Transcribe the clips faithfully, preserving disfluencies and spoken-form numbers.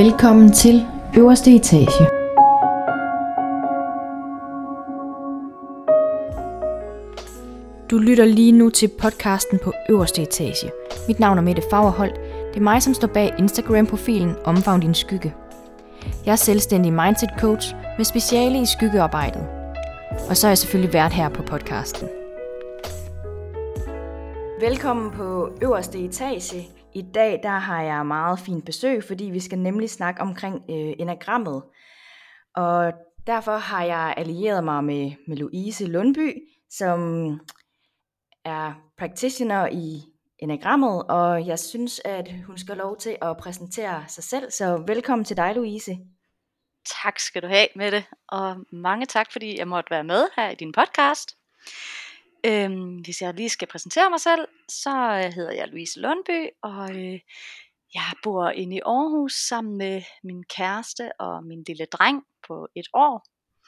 Velkommen til Øverste Etage. Du lytter lige nu til podcasten på Øverste Etage. Mit navn er Mette Fagerholt. Det er mig, som står bag Instagram-profilen Omfavn din skygge. Jeg er selvstændig mindset coach med speciale i skyggearbejdet. Og så er jeg selvfølgelig vært her på podcasten. Velkommen på Øverste Etage. I dag der har jeg meget fint besøg, fordi vi skal nemlig snakke omkring øh, enagrammet. Og derfor har jeg allieret mig med, med Louise Lundby, som er practitioner i enagrammet, og jeg synes, at hun skal have lov til at præsentere sig selv. Så velkommen til dig, Louise. Tak skal du have, Mette, og mange tak, fordi jeg måtte være med her i din podcast. Øhm, hvis jeg lige skal præsentere mig selv, så hedder jeg Louise Lundby, og øh, jeg bor inde i Aarhus sammen med min kæreste og min lille dreng på et år.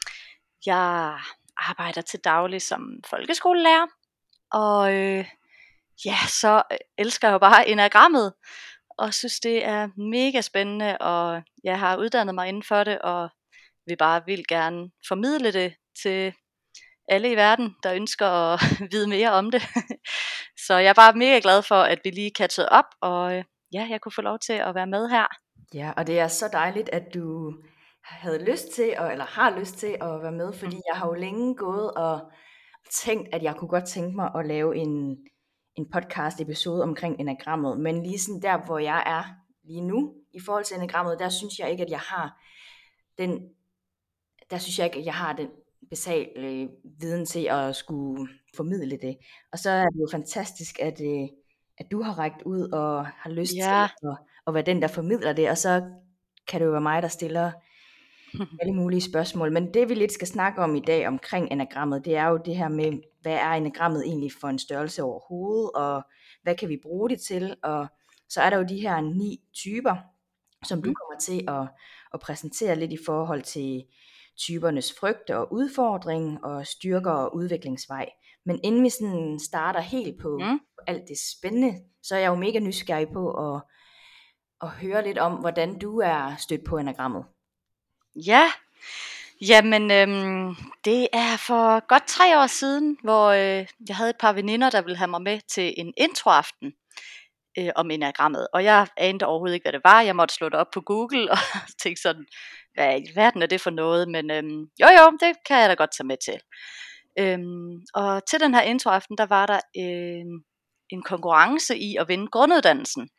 Jeg arbejder til daglig som folkeskolelærer, og øh, ja, så elsker jeg jo bare enagrammet, og synes det er mega spændende, og jeg har uddannet mig inden for det, og vil bare vil gerne formidle det til alle i verden, der ønsker at vide mere om det. Så jeg er bare mega glad for, at vi lige catchede op, og ja, jeg kunne få lov til at være med her. Ja, og det er så dejligt, at du havde lyst til, eller har lyst til at være med, fordi jeg har jo længe gået og tænkt, at jeg kunne godt tænke mig at lave en, en podcast episode omkring enagrammet, men lige sådan der, hvor jeg er lige nu, i forhold til enagrammet, der synes jeg ikke, at jeg har den, der synes jeg ikke, at jeg har den basale viden til at skulle formidle det. Og så er det jo fantastisk, at, at du har rækket ud og har lyst Ja. til at, at være den, der formidler det, og så kan det jo være mig, der stiller alle mulige spørgsmål. Men det vi lidt skal snakke om i dag omkring enagrammet, det er jo det her med, hvad er enagrammet egentlig for en størrelse overhovedet, og hvad kan vi bruge det til, og så er der jo de her ni typer, som du kommer til at, at præsentere lidt i forhold til typernes frygt og udfordring, og styrker og udviklingsvej. Men inden vi sådan starter helt på, Mm. på alt det spændende, så er jeg jo mega nysgerrig på at, at høre lidt om, hvordan du er stødt på enagrammet. Ja, jamen øhm, det er for godt tre år siden, hvor øh, jeg havde et par veninder, der ville have mig med til en introaften øh, om enagrammet. Og jeg anede overhovedet ikke, hvad det var. Jeg måtte slå det op på Google og tænke sådan, hvad i verden er det for noget? Men øhm, jo jo, det kan jeg da godt tage med til. Øhm, og til den her introaften, der var der øh, en konkurrence i at vinde grunduddannelsen.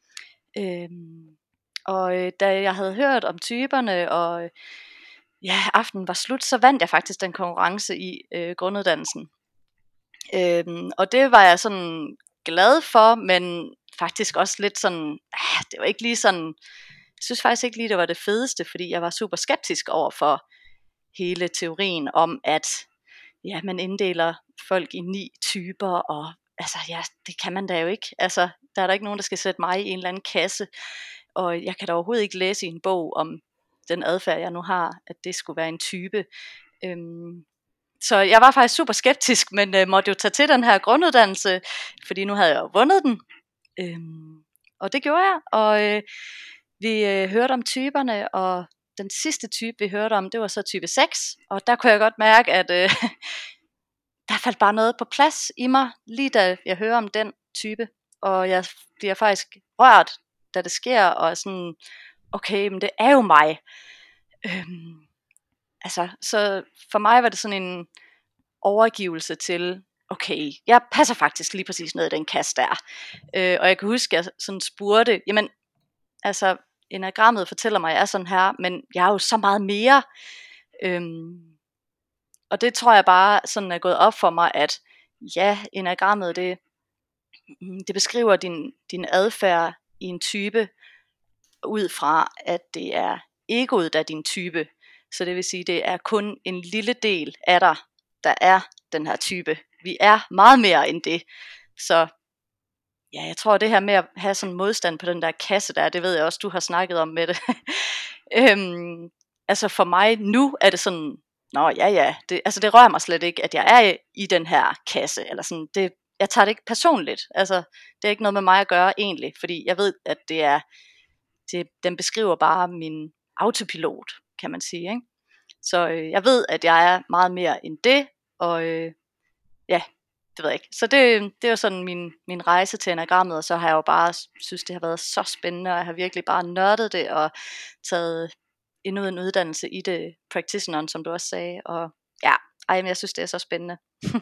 Øhm, og øh, da jeg havde hørt om typerne, og ja, aftenen var slut, så vandt jeg faktisk den konkurrence i øh, grunduddannelsen. Øhm, og det var jeg sådan glad for, men faktisk også lidt sådan, ah, det var ikke lige sådan, jeg synes faktisk ikke lige, det var det fedeste, fordi jeg var super skeptisk over for hele teorien om, at ja, man inddeler folk i ni typer, og altså ja, det kan man da jo ikke. Altså, der er der ikke nogen, der skal sætte mig i en eller anden kasse, og jeg kan da overhovedet ikke læse i en bog om den adfærd, jeg nu har, at det skulle være en type. Øhm, så jeg var faktisk super skeptisk, men øh, måtte jo tage til den her grunduddannelse, fordi nu havde jeg jo vundet den. Øhm, og det gjorde jeg, og øh, vi øh, hørte om typerne, og den sidste type, vi hørte om, det var så type seks, og der kunne jeg godt mærke, at øh, der faldt bare noget på plads i mig, lige da jeg hører om den type, og jeg bliver faktisk rørt, da det sker, og er sådan, okay, men det er jo mig. Øhm, altså, så for mig var det sådan en overgivelse til, okay, jeg passer faktisk lige præcis ned i den kasse der. Øh, og jeg kan huske, at jeg sådan spurgte, jamen, altså, enagrammet fortæller mig, at jeg er sådan her, men jeg er jo så meget mere. Øhm, og det tror jeg bare sådan er gået op for mig, at ja, enagrammet, det, det beskriver din, din adfærd i en type, ud fra, at det er egoet, der er din type. Så det vil sige, det er kun en lille del af dig, der er den her type. Vi er meget mere end det. Så ja, jeg tror, det her med at have sådan modstand på den der kasse der, det ved jeg også, du har snakket om med det. øhm, altså for mig nu er det sådan, nå ja ja, det, altså det rører mig slet ikke, at jeg er i den her kasse. Eller sådan, det, jeg tager det ikke personligt. Altså det er ikke noget med mig at gøre egentlig, fordi jeg ved, at det er det, den beskriver bare min autopilot, kan man sige, ikke? Så øh, jeg ved, at jeg er meget mere end det, og øh, ja, det ved jeg ikke. Så det, det er jo sådan min, min rejse til enagrammet, og så har jeg jo bare synes, det har været så spændende, og jeg har virkelig bare nørdet det, og taget endnu en uddannelse i det, practitioneren, som du også sagde, og ja, ej, men jeg synes, det er så spændende.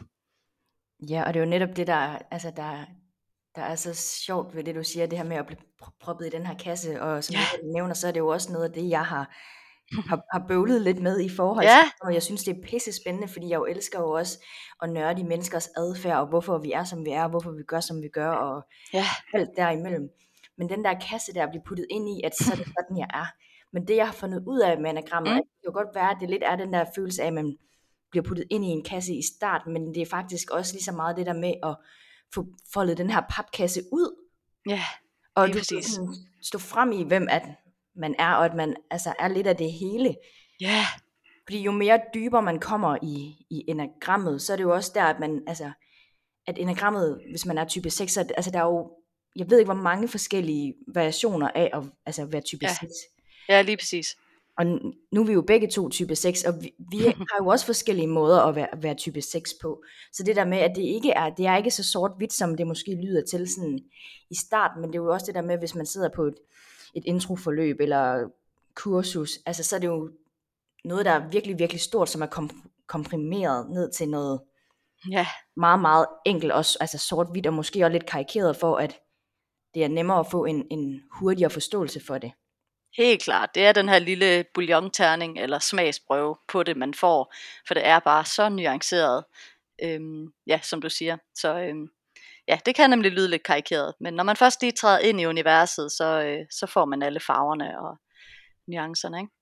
Ja, og det er jo netop det, der, altså der, der er så sjovt ved det, du siger, det her med at blive proppet i den her kasse, og som Ja. du nævner, så er det jo også noget af det, jeg har, har, har bøvlet lidt med i forhold til, Ja. og jeg synes, det er pisse spændende, fordi jeg jo elsker jo også at nørde i menneskers adfærd, og hvorfor vi er, som vi er, og hvorfor vi gør, som vi gør, og Ja. alt derimellem. Men den der kasse der, at blive puttet ind i, at så er det sådan, jeg er. Men det, jeg har fundet ud af med anagrammet, Mm. at det kan godt være, at det lidt er den der følelse af, at man bliver puttet ind i en kasse i starten, men det er faktisk også lige så meget det der med at få foldet den her papkasse ud. Ja, og lige du præcis. kan sådan stå frem i, hvem at man er, og at man altså er lidt af det hele. Ja. Fordi jo mere dybere man kommer i, i enagrammet, så er det jo også der, at man, altså, at enagrammet, hvis man er type seks, så, altså der er jo, jeg ved ikke, hvor mange forskellige variationer af at altså, være type Ja. seks. Ja, lige præcis. Og nu er vi jo begge to type seks, og vi, vi har jo også forskellige måder at være, at være type seks på. Så det der med, at det ikke er, det er ikke så sort-hvidt, som det måske lyder til sådan i starten, men det er jo også det der med, hvis man sidder på et, et introforløb eller kursus, altså så er det jo noget, der er virkelig, virkelig stort, som er kom, komprimeret ned til noget Ja. meget, meget enkelt, også, altså sort-hvidt, og måske også lidt karikeret for, at det er nemmere at få en, en hurtigere forståelse for det. Helt klart. Det er den her lille bouillonterning eller smagsprøve på det, man får, for det er bare så nuanceret, øhm, ja, som du siger. Så øhm, ja, det kan nemlig lyde lidt karikeret, men når man først lige træder ind i universet, så, øh, så får man alle farverne og nuancerne, ikke?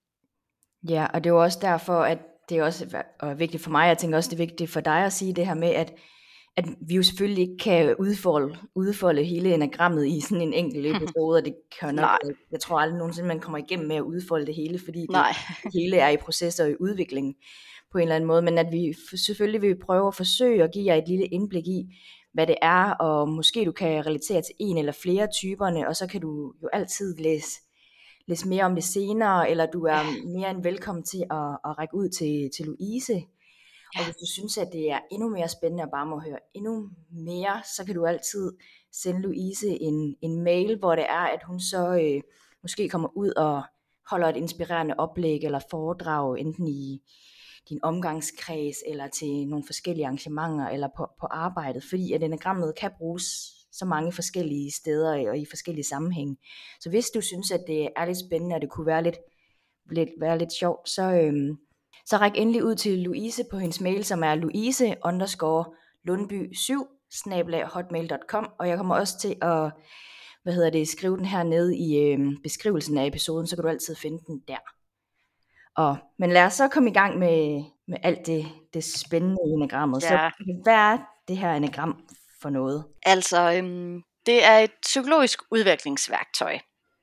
Ja, og det er jo også derfor, at det er også og vigtigt for mig, jeg tænker også, det er vigtigt for dig at sige det her med, at, at vi jo selvfølgelig ikke kan udfolde, udfolde hele enagrammet i sådan en enkelt episode, og det kan nok, Nej. jeg tror aldrig nogensinde, man kommer igennem med at udfolde det hele, fordi det, Nej. det hele er i proces og i udvikling på en eller anden måde, men at vi selvfølgelig vil prøve at forsøge at give jer et lille indblik i, hvad det er, og måske du kan relatere til en eller flere typerne, og så kan du jo altid læse læse mere om det senere, eller du er Ja. mere end velkommen til at, at række ud til, til Louise. Ja. Og hvis du synes, at det er endnu mere spændende at bare må høre endnu mere, så kan du altid sende Louise en, en mail, hvor det er, at hun så øh, måske kommer ud og holder et inspirerende oplæg eller foredrag, enten i din omgangskreds, eller til nogle forskellige arrangementer, eller på, på arbejdet, fordi at enagrammet kan bruges så mange forskellige steder og i forskellige sammenhænge. Så hvis du synes, at det er lidt spændende, og det kunne være lidt, lidt, være lidt sjovt, så, øhm, så ræk endelig ud til Louise på hendes mail, som er louise underscore lundby syv snabel-a hotmail punktum com, og jeg kommer også til at hvad hedder det, skrive den her nede i øhm, beskrivelsen af episoden, så kan du altid finde den der. Og, men lad os så komme i gang med, med alt det, det spændende i enagrammet. Ja. Så hvad er det her enagram for noget? Altså, øhm, det er et psykologisk udviklingsværktøj,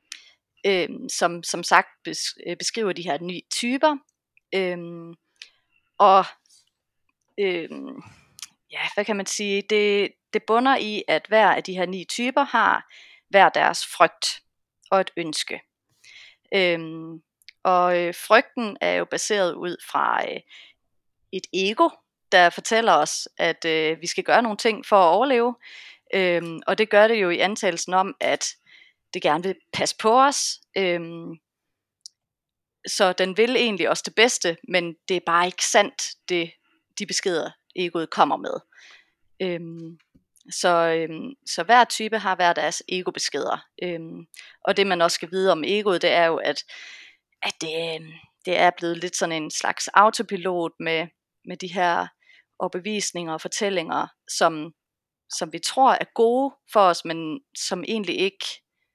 øhm, som som sagt bes- beskriver de her nye typer. Øhm, og øhm, ja, hvad kan man sige? Det, det bunder i, at hver af de her ni typer har hver deres frygt og et ønske. Øhm, og øh, frygten er jo baseret ud fra øh, et ego, der fortæller os, at øh, vi skal gøre nogle ting for at overleve. Øhm, og det gør det jo i antagelsen om, at det gerne vil passe på os. Øhm, så den vil egentlig også det bedste, men det er bare ikke sandt, det de beskeder egoet kommer med. Øhm, så, øhm, så hver type har hver deres ego-beskeder. Øhm, og det man også skal vide om egoet, det er jo, at, at det, det er blevet lidt sådan en slags autopilot med, med de her overbevisninger og fortællinger, som, som vi tror er gode for os, men som egentlig ikke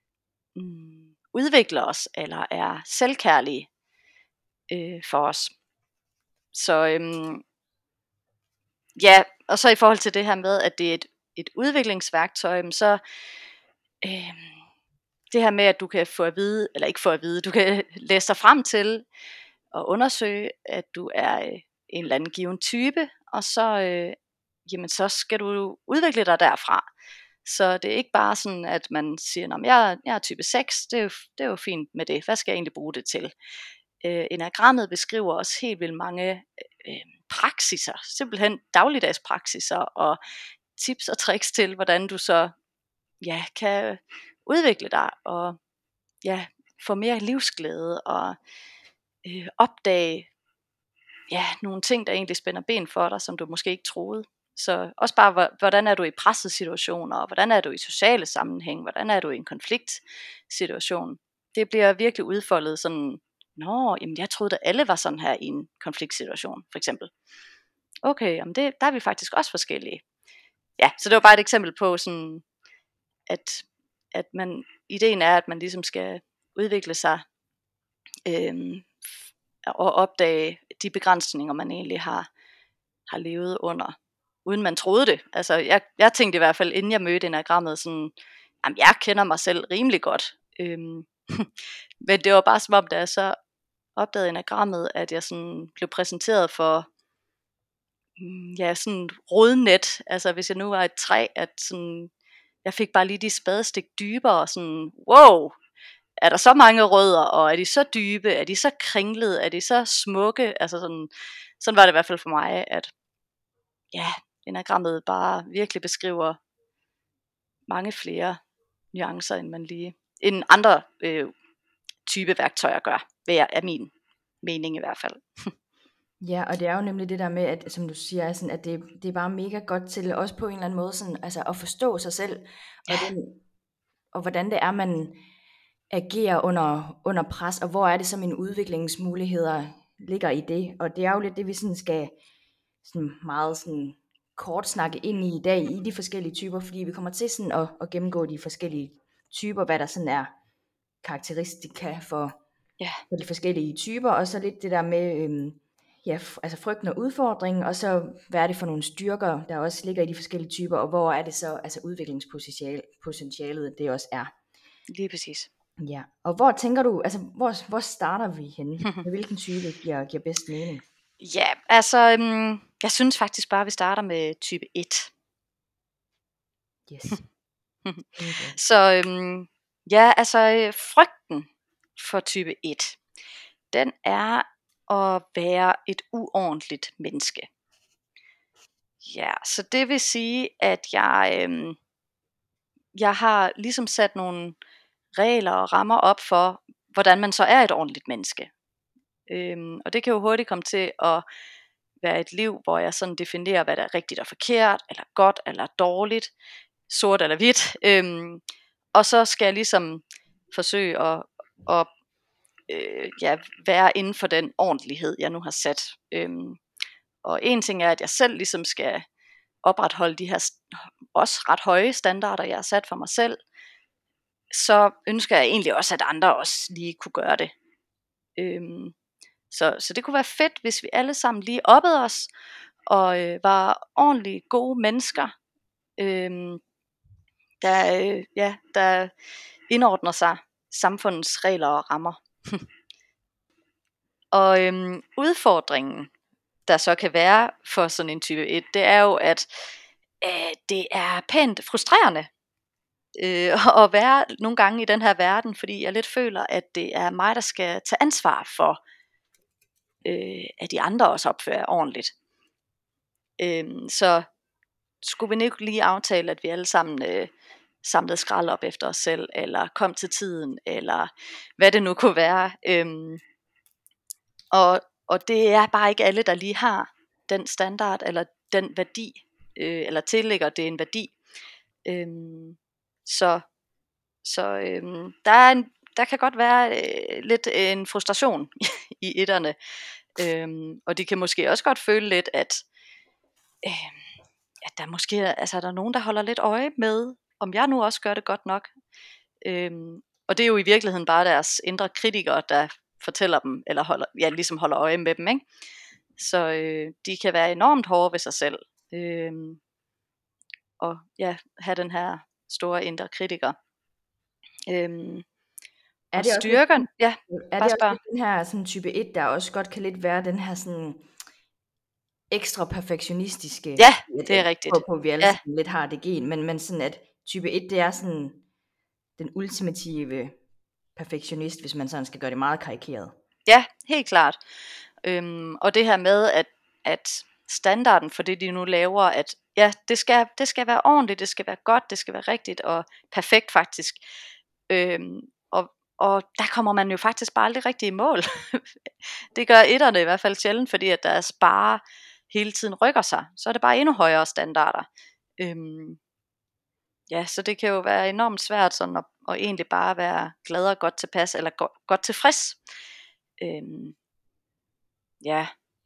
mm, udvikler os, eller er selvkærlige øh, for os. Så øhm, ja, og så i forhold til det her med, at det er et, et udviklingsværktøj, så øh, det her med, at du kan få at vide, eller ikke få at vide, du kan læse dig frem til og undersøge, at du er øh, en eller anden given type, og så, øh, jamen, så skal du udvikle dig derfra. Så det er ikke bare sådan, at man siger, at jeg, jeg er type seks, det er, jo, det er jo fint med det, hvad skal jeg egentlig bruge det til? Øh, enagrammet beskriver også helt vildt mange øh, praksiser, simpelthen dagligdags praksiser og tips og tricks til, hvordan du så ja, kan udvikle dig og ja, få mere livsglæde og øh, opdage ja, nogle ting, der egentlig spænder ben for dig, som du måske ikke troede. Så også bare, hvordan er du i pressede situationer, og hvordan er du i sociale sammenhæng, hvordan er du i en konfliktsituation. Det bliver virkelig udfoldet sådan, nå, jamen jeg troede, at alle var sådan her i en konfliktsituation, for eksempel. Okay, jamen det, der er vi faktisk også forskellige. Ja, så det var bare et eksempel på sådan, at, at man, ideen er, at man ligesom skal udvikle sig, øhm, og opdage de begrænsninger, man egentlig har, har levet under, uden man troede det. Altså, jeg, jeg tænkte i hvert fald, inden jeg mødte enagrammet, sådan, jamen, jeg kender mig selv rimelig godt. Øhm, men det var bare som om, da jeg så opdagede enagrammet, at jeg sådan blev præsenteret for, ja, sådan rodnet. Altså, hvis jeg nu var et træ, at sådan, jeg fik bare lige de spadestik dybere, sådan, wow, er der så mange rødder, og er de så dybe, er de så kringlede, er de så smukke, altså sådan, sådan var det i hvert fald for mig, at ja, enagrammet bare virkelig beskriver mange flere nuancer, end man lige, end andre øh, type værktøjer gør, ved jeg, er min mening i hvert fald. Ja, og det er jo nemlig det der med, at som du siger, sådan, at det, det er bare mega godt til også på en eller anden måde sådan, altså at forstå sig selv, og, Ja, den, og hvordan det er, man agerer under, under pres, og hvor er det så mine udviklingsmuligheder ligger i det. Og det er jo lidt det, vi sådan skal sådan meget sådan kort snakke ind i i dag, i de forskellige typer, fordi vi kommer til sådan at, at gennemgå de forskellige typer, hvad der sådan er karakteristika for, ja, for de forskellige typer, og så lidt det der med øhm, ja, f- altså frygten og udfordringen, og så hvad er det for nogle styrker, der også ligger i de forskellige typer, og hvor er det så altså udviklingspotentialet, det også er. lige præcis. Ja, og hvor tænker du, altså hvor, hvor starter vi henne? Med hvilken type giver, giver bedst mening? Ja, altså, øhm, jeg synes faktisk bare, at vi starter med type et. Yes. Okay. Så øhm, ja, altså øh, frygten for type et, den er at være et uordentligt menneske. Ja, så det vil sige, at jeg, øhm, jeg har ligesom sat nogle regler og rammer op for, hvordan man så er et ordentligt menneske. Øhm, og det kan jo hurtigt komme til at være et liv, hvor jeg sådan definerer, hvad der er rigtigt og forkert, eller godt eller dårligt, sort eller hvidt. Øhm, og så skal jeg ligesom forsøge at, at øh, ja, være inden for den ordentlighed, jeg nu har sat. Øhm, og en ting er, at jeg selv ligesom skal opretholde de her også ret høje standarder, jeg har sat for mig selv. Så ønsker jeg egentlig også, at andre også lige kunne gøre det. Øhm, så, så det kunne være fedt, hvis vi alle sammen lige oppede os, og øh, var ordentligt gode mennesker, øhm, der, øh, ja, der indordner sig samfundets regler og rammer. Og øhm, udfordringen, der så kan være for sådan en type et, det er jo, at øh, det er pænt frustrerende øh, at være nogle gange i den her verden, fordi jeg lidt føler, at det er mig, der skal tage ansvar for, øh, at de andre også opfører ordentligt. Øh, så skulle vi ikke lige aftale, at vi alle sammen øh, samlede skrald op efter os selv, eller kom til tiden, eller hvad det nu kunne være. Øhm, og, og det er bare ikke alle, der lige har den standard, eller den værdi, øh, eller tillægger det en værdi. Øhm, så så øhm, der, er en, der kan godt være øh, lidt en frustration i etterne. Øhm, og de kan måske også godt føle lidt, at, øh, at der måske er, altså, er der nogen, der holder lidt øje med, om jeg nu også gør det godt nok. Øhm, og det er jo i virkeligheden bare deres indre kritikere, der fortæller dem, eller holder, ja, ligesom holder øje med dem, ikke? Så øh, de kan være enormt hårde ved sig selv, øhm, og ja, have den her store indre kritiker. Øhm, Er og det også lidt, styrken, ja, er bare det også spørg. lidt den her sådan type et, der også godt kan lidt være den her sådan ekstra perfektionistiske, Ja, lidt, det er at- rigtigt. på, på at vi alle Ja, sammen lidt har det gen, men, men sådan at type et, det er sådan den ultimative perfektionist, hvis man sådan skal gøre det meget karikeret. Ja, helt klart. Øhm, og det her med, at, at standarden for det, de nu laver, at ja, det skal, det skal være ordentligt, det skal være godt, det skal være rigtigt og perfekt faktisk. Øhm, og, og der kommer man jo faktisk bare aldrig rigtig i mål. Det gør etterne i hvert fald sjældent, fordi at deres bare hele tiden rykker sig. Så er det bare endnu højere standarder. Øhm, ja, så det kan jo være enormt svært sådan at, at egentlig bare være glad og godt tilpas, eller godt, godt tilfreds. Øhm, ja,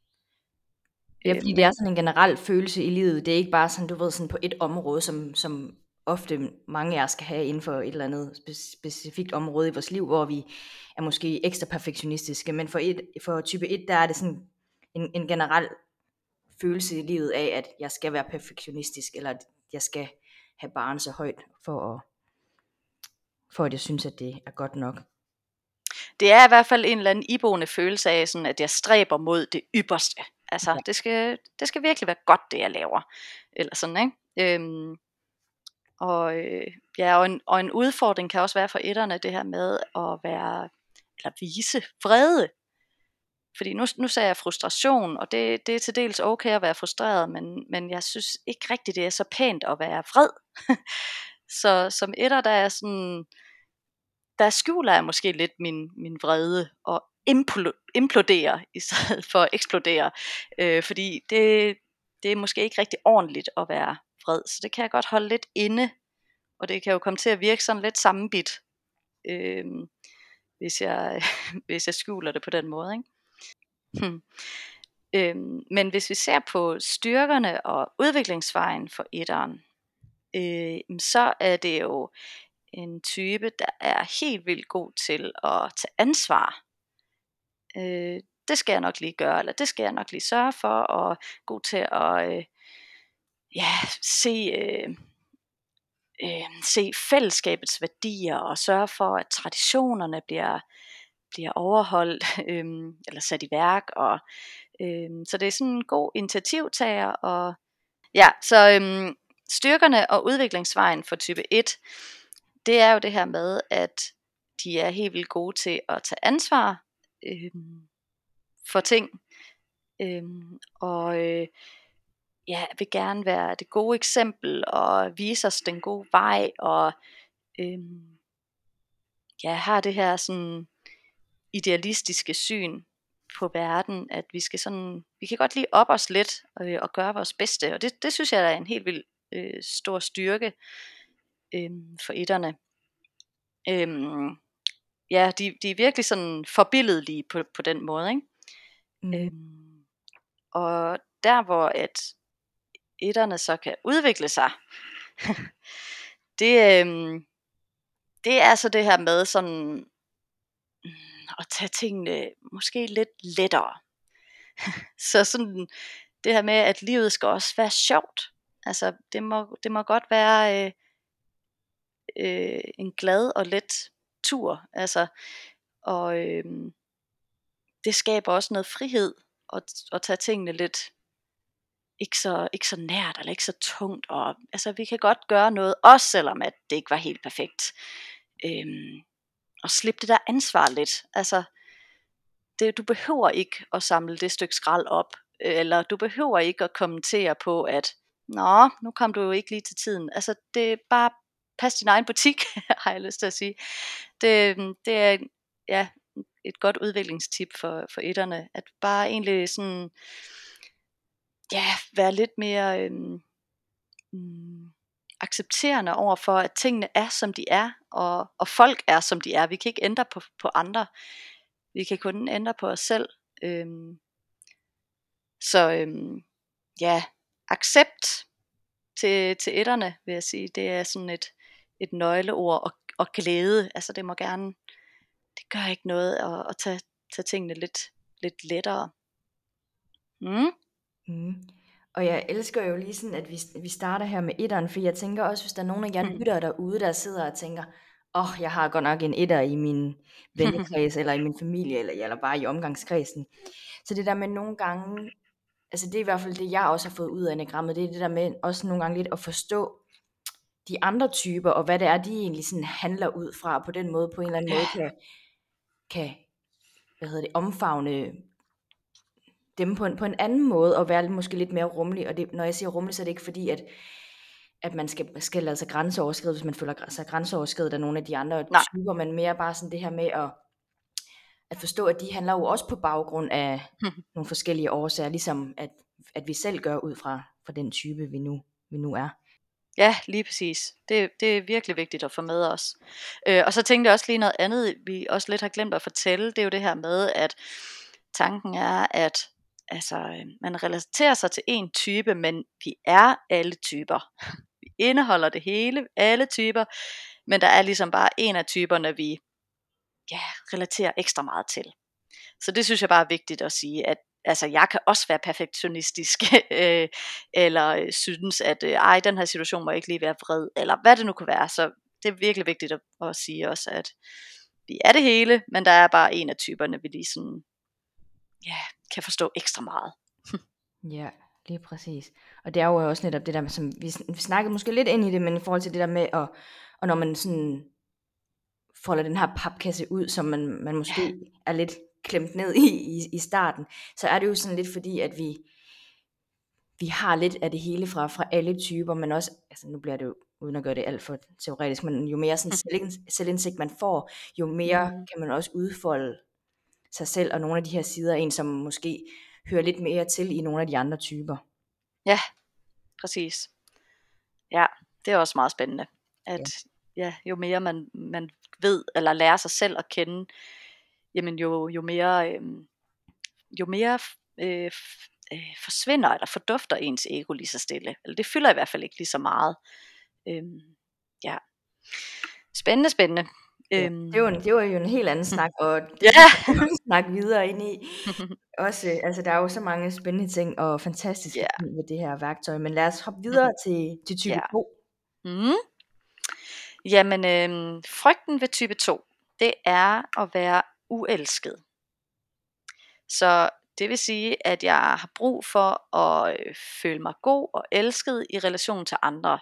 Ja, øh, fordi det er men sådan en generel følelse i livet. Det er ikke bare sådan, du ved, sådan på et område, som, som ofte mange af os skal have inden for et eller andet spe- specifikt område i vores liv, hvor vi er måske ekstra perfektionistiske. Men for, et, for type et, der er det sådan en, en generel følelse i livet af, at jeg skal være perfektionistisk, eller at jeg skal have barren så højt, for at, for at jeg synes, at det er godt nok. det er i hvert fald en eller anden iboende følelse af, sådan, at jeg stræber mod det ypperste. Altså, Ja. det skal, det skal virkelig være godt, det jeg laver. Eller sådan, ikke? Øhm, og, øh, ja, og, en, og en udfordring kan også være for etterne, det her med at være, eller vise vrede. Fordi nu, nu sagde jeg frustration, og det, det er til dels okay at være frustreret, men, men jeg synes ikke rigtigt, det er så pænt at være vred. Så som etter, der er sådan, der skjuler jeg måske lidt min, min vrede og implo- imploderer i stedet for at eksplodere. Øh, fordi det, det er måske ikke rigtig ordentligt at være vred, så det kan jeg godt holde lidt inde, og det kan jo komme til at virke sådan lidt sammenbit, øh, hvis, jeg, hvis jeg skjuler det på den måde, ikke? Hmm. Øhm, men hvis vi ser på styrkerne og udviklingsvejen for etteren, øh, så er det jo en type, der er helt vildt god til at tage ansvar. Øh, det skal jeg nok lige gøre, eller det skal jeg nok lige sørge for, og god til at øh, ja, se, øh, øh, se fællesskabets værdier, og sørge for, at traditionerne bliver, bliver overholdt, øh, eller sat i værk, og øh, så det er sådan en god initiativtager, og ja, så øhm, styrkerne og udviklingsvejen for type et, det er jo det her med, at de er helt vildt gode til at tage ansvar øhm, for ting, øhm, og øh, ja, vil gerne være det gode eksempel, og vise os den gode vej, og øhm, ja, har det her sådan idealistiske syn på verden, at vi skal sådan, vi kan godt lige op os lidt øh, og gøre vores bedste, og det, det synes jeg er en helt vildt øh, stor styrke øh, for etterne. Øhm, ja, de, de er virkelig sådan forbilledlige på, på den måde, ikke? Mm. Øhm, og der hvor at etterne så kan udvikle sig, det, øhm, det er så det her med sådan mm, at tage tingene måske lidt lettere. Så sådan det her med, at livet skal også være sjovt. Altså det må, det må godt være øh, øh, en glad og let tur. Altså, og øh, det skaber også noget frihed at, at tage tingene lidt ikke så, ikke så nært eller ikke så tungt. Og, altså vi kan godt gøre noget, også selvom at det ikke var helt perfekt. Øhm, og slippe det der ansvar lidt. Altså, det, du behøver ikke at samle det stykke skrald op, eller du behøver ikke at kommentere på, at nå, nu kom du jo ikke lige til tiden. Altså, det er bare pas din egen butik, har jeg lyst til at sige. Det, det er ja, et godt udviklingstip for, for etterne, at bare egentlig sådan, ja, være lidt mere øhm, mm, accepterende over for, at tingene er, som de er, og, og folk er, som de er. Vi kan ikke ændre på, på andre. Vi kan kun ændre på os selv. Øhm, så øhm, ja, accept til, til etterne, vil jeg sige, det er sådan et, et nøgleord, og, og glæde. Altså det må gerne, det gør ikke noget at, at tage, tage tingene lidt, lidt lettere. Mm? Mm. Og jeg elsker jo lige sådan, at vi, vi starter her med etteren, for jeg tænker også, hvis der er nogen af jer lyttere derude, der sidder og tænker, åh, oh, jeg har godt nok en etter i min vennekreds, eller i min familie, eller, eller bare i omgangskredsen. Så det der med nogle gange, altså det er i hvert fald det, jeg også har fået ud af enagrammet, det er det der med også nogle gange lidt at forstå, de andre typer, og hvad det er, de egentlig sådan handler ud fra, og på den måde, på en eller anden Ja. måde kan kan, hvad hedder det, omfavne dem på en på en anden måde, og være måske lidt mere rummelig. Og det, når jeg siger rummelig, så er det ikke fordi, at at man skal skal lade sig grænseoverskride, hvis man føler gr sig grænseoverskredet af nogle af de andre Nej. typer, men mere bare sådan det her med at at forstå, at de handler jo også på baggrund af nogle forskellige årsager, ligesom at at vi selv gør ud fra fra den type, vi nu vi nu er. Ja, lige præcis. Det det er virkelig vigtigt at få med os. Øh, og så tænkte jeg også lige noget andet, vi også lidt har glemt at fortælle, det er jo det her med, at tanken er, at altså, øh, man relaterer sig til én type, men vi er alle typer. Vi indeholder det hele, alle typer, men der er ligesom bare én af typerne, vi ja, relaterer ekstra meget til. Så det synes jeg bare er vigtigt at sige, at altså, jeg kan også være perfektionistisk, øh, eller øh, synes, at øh, ej, den her situation må ikke lige være vred, eller hvad det nu kunne være. Så det er virkelig vigtigt at, at sige også, at vi er det hele, men der er bare en af typerne, vi lige sådan, ja, kan forstå ekstra meget. Ja, lige præcis. Og det er jo også netop det der med, som vi, sn- vi snakkede måske lidt ind i det, men i forhold til det der med, at, og når man sådan folder den her papkasse ud, som man, man Ja. måske er lidt klemt ned i, i i starten, så er det jo sådan lidt fordi, at vi vi har lidt af det hele fra fra alle typer, men også, altså nu bliver det jo, uden at gøre det alt for teoretisk, men jo mere sådan selvinds- selvindsigt man får, jo mere Mm, kan man også udfolde sig selv og nogle af de her sider af en, som måske hører lidt mere til i nogle af de andre typer. ja, præcis. Ja, det er også meget spændende, Ja. at ja, jo mere man, man ved, eller lærer sig selv at kende, jamen jo, jo mere, øh, jo mere øh, f- øh, forsvinder eller fordufter ens ego lige så stille. Eller det fylder i hvert fald ikke lige så meget. Øhm, ja, spændende, spændende. Ja, det var, Øhm, en, det var jo en helt anden snak, og det ja. kan vi godt snakke videre ind i. Også, øh, altså der er jo så mange spændende ting og fantastiske Ja, ting ved det her værktøj, men lad os hoppe videre til, til type ja. to. Mm. Jamen, øhm, frygten ved type to, det er at være uelsket. Så det vil sige, at jeg har brug for at øh, føle mig god og elsket i relation til andre.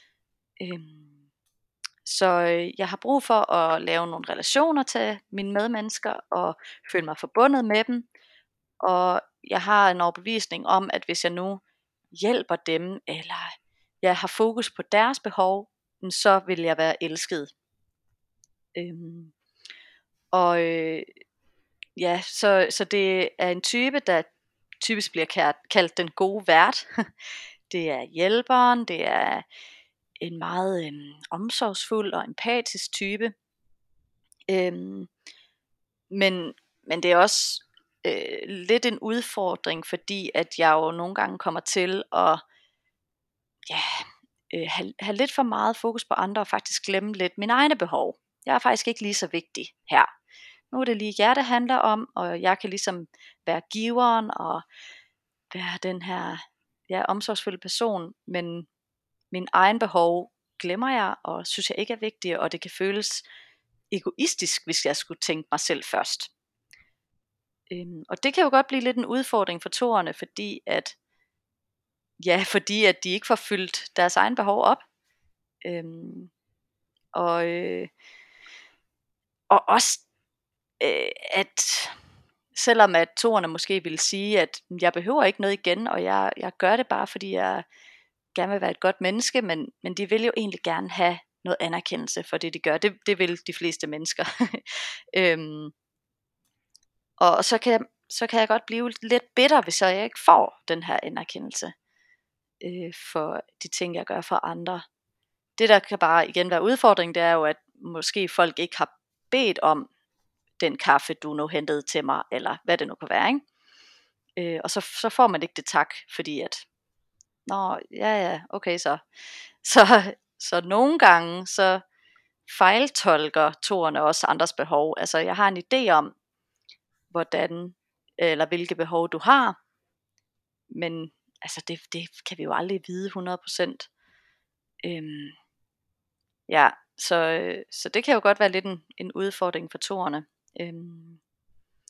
Øhm, så øh, jeg har brug for at lave nogle relationer til mine medmennesker og føle mig forbundet med dem. Og jeg har en overbevisning om, at hvis jeg nu hjælper dem, eller jeg har fokus på deres behov, så vil jeg være elsket. Øhm, og øh, ja, så, så det er en type, der typisk bliver kaldt, kaldt den gode vært. Det er hjælperen, det er en meget øhm, omsorgsfuld og empatisk type. Øhm, men, men det er også øh, lidt en udfordring, fordi at jeg jo nogle gange kommer til at ja, øh, have, have lidt for meget fokus på andre og faktisk glemme lidt mine egne behov. Jeg er faktisk ikke lige så vigtig her. Nu er det lige jer, det handler om, og jeg kan ligesom være giveren og være den her ja, omsorgsfulde person, men min egen behov glemmer jeg, og synes jeg ikke er vigtige, og det kan føles egoistisk, hvis jeg skulle tænke mig selv først. Øhm, og det kan jo godt blive lidt en udfordring for toerne, fordi at ja, fordi at de ikke får fyldt deres egen behov op. Øhm, og, øh, og også øh, at selvom at toerne måske vil sige, at jeg behøver ikke noget igen, og jeg, jeg gør det bare, fordi jeg gerne vil være et godt menneske, men, men de vil jo egentlig gerne have noget anerkendelse for det, de gør. Det, det vil de fleste mennesker. øhm, og så kan, jeg, så kan jeg godt blive lidt bitter, hvis jeg ikke får den her anerkendelse øh, for de ting, jeg gør for andre. Det, der kan bare igen være udfordringen, det er jo, at måske folk ikke har bedt om den kaffe, du nu hentede til mig, eller hvad det nu kan være, ikke? Øh, og så, så får man ikke det tak, fordi at, nå, ja ja, okay så. Så, så nogle gange, så fejltolker toerne også andres behov. Altså, jeg har en idé om, hvordan, eller hvilke behov du har, men altså, det, det kan vi jo aldrig vide hundrede procent. Øhm, ja, så, øh, så det kan jo godt være lidt en, en udfordring for toerne. Øhm,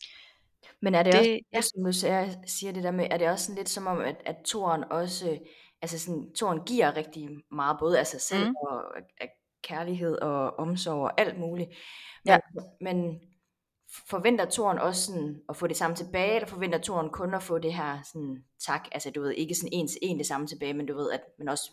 Men er det også, det, ja. det, som du siger, siger det der med, er det også sådan lidt som om, at, at toren også altså sådan, toren giver rigtig meget, både af sig selv Mm. og af af kærlighed og omsorg og alt muligt. Ja. Men men forventer toren også sådan at få det samme tilbage, eller forventer toren kun at få det her sådan tak? Altså du ved, ikke sådan en til en det samme tilbage, men du ved, at man også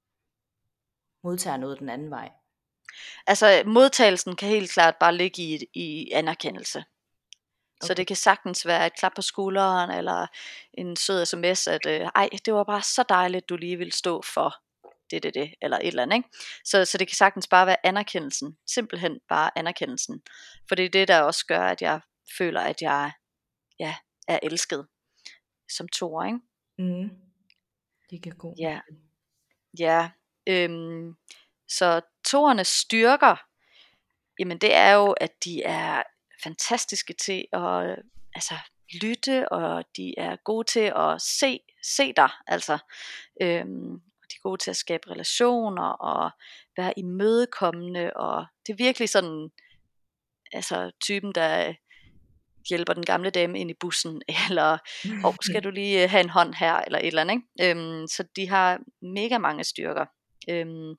modtager noget den anden vej. Altså modtagelsen kan helt klart bare ligge i i anerkendelse. Så Okay. det kan sagtens være et klap på skulderen, eller en sød sms, at øh, ej, det var bare så dejligt, du lige ville stå for det, det, det, eller et eller andet, ikke? Så, så det kan sagtens bare være anerkendelsen, simpelthen bare anerkendelsen. For det er det, der også gør, at jeg føler, at jeg ja, er elsket som toer, ikke? Mhm. Det giver god Ja, mening. ja. Øhm, så toernes styrker, jamen det er jo, at de er fantastiske til at øh, altså lytte, og de er gode til at se, se dig, altså. Øhm, de er gode til at skabe relationer og være imødekommende, og det er virkelig sådan, altså typen, der hjælper den gamle dame ind i bussen, eller oh, skal du lige øh, have en hånd her, eller et eller andet, ikke? Øhm, så de har mega mange styrker. Øhm,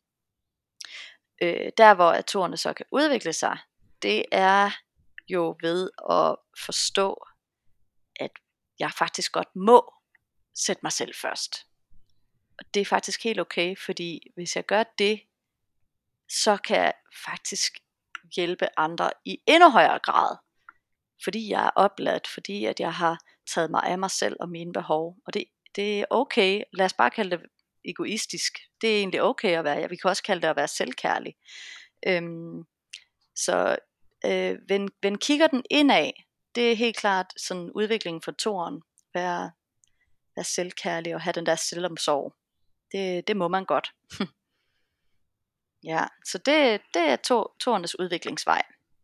øh, der hvor toerne så kan udvikle sig, det er jo ved at forstå, at jeg faktisk godt må sætte mig selv først. Og det er faktisk helt okay, fordi hvis jeg gør det, så kan jeg faktisk hjælpe andre i endnu højere grad. Fordi jeg er opladt, fordi at jeg har taget mig af mig selv og mine behov. Og det, det er okay, lad os bare kalde det egoistisk. Det er egentlig okay at være, ja, vi kan også kalde det at være selvkærlig. Øhm, så øh, vend, vend kigger den indad, det er helt klart sådan udviklingen for toeren. Være, være selvkærlig og have den der selvomsorg. Det, det må man godt. Ja, så det, det er to, toernes udviklingsvej.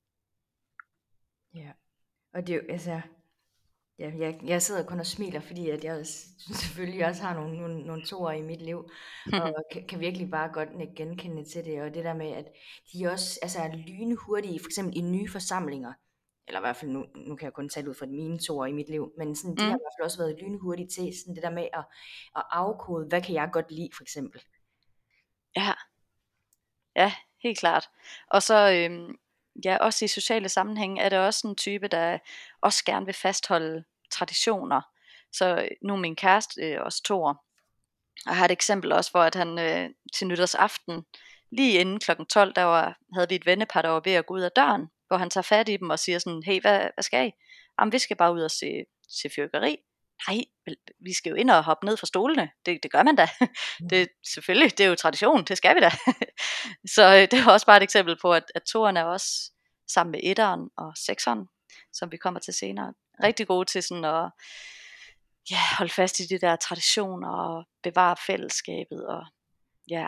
Ja. Og det er jo, altså, ja, jeg, jeg sidder kun og smiler, fordi at jeg også, selvfølgelig også har nogle, nogle, nogle toer i mit liv, og kan, kan virkelig bare godt nikke genkende til det, og det der med, at de også altså, er lynhurtige, for eksempel i nye forsamlinger, eller i hvert fald nu, nu kan jeg kun tale ud fra mine toer i mit liv, men sådan, de har Mm, i hvert fald også været lynhurtige til sådan det der med at, at afkode, hvad kan jeg godt lide, for eksempel. ja, ja, helt klart. Og så øhm, ja, også i sociale sammenhænge er det også en type, der også gerne vil fastholde traditioner. Så nu er min kæreste øh, også toer. Og jeg har et eksempel også, hvor at han øh, til nytårsaften, lige inden klokken tolv, der var, havde vi et vennepar, der var ved at gå ud af døren, hvor han tager fat i dem og siger sådan, hey, hvad, hvad skal I? Jamen, vi skal bare ud og se, se fyrværkeri. Nej, vel, vi skal jo ind og hoppe ned fra stolene. Det, det gør man da. Det, selvfølgelig, det er jo tradition, det skal vi da. Så øh, det er også bare et eksempel på, at, at toeren er også sammen med etteren og sekseren, som vi kommer til senere, rigtig gode til sådan at ja, holde fast i de der traditioner og bevare fællesskabet. Og ja,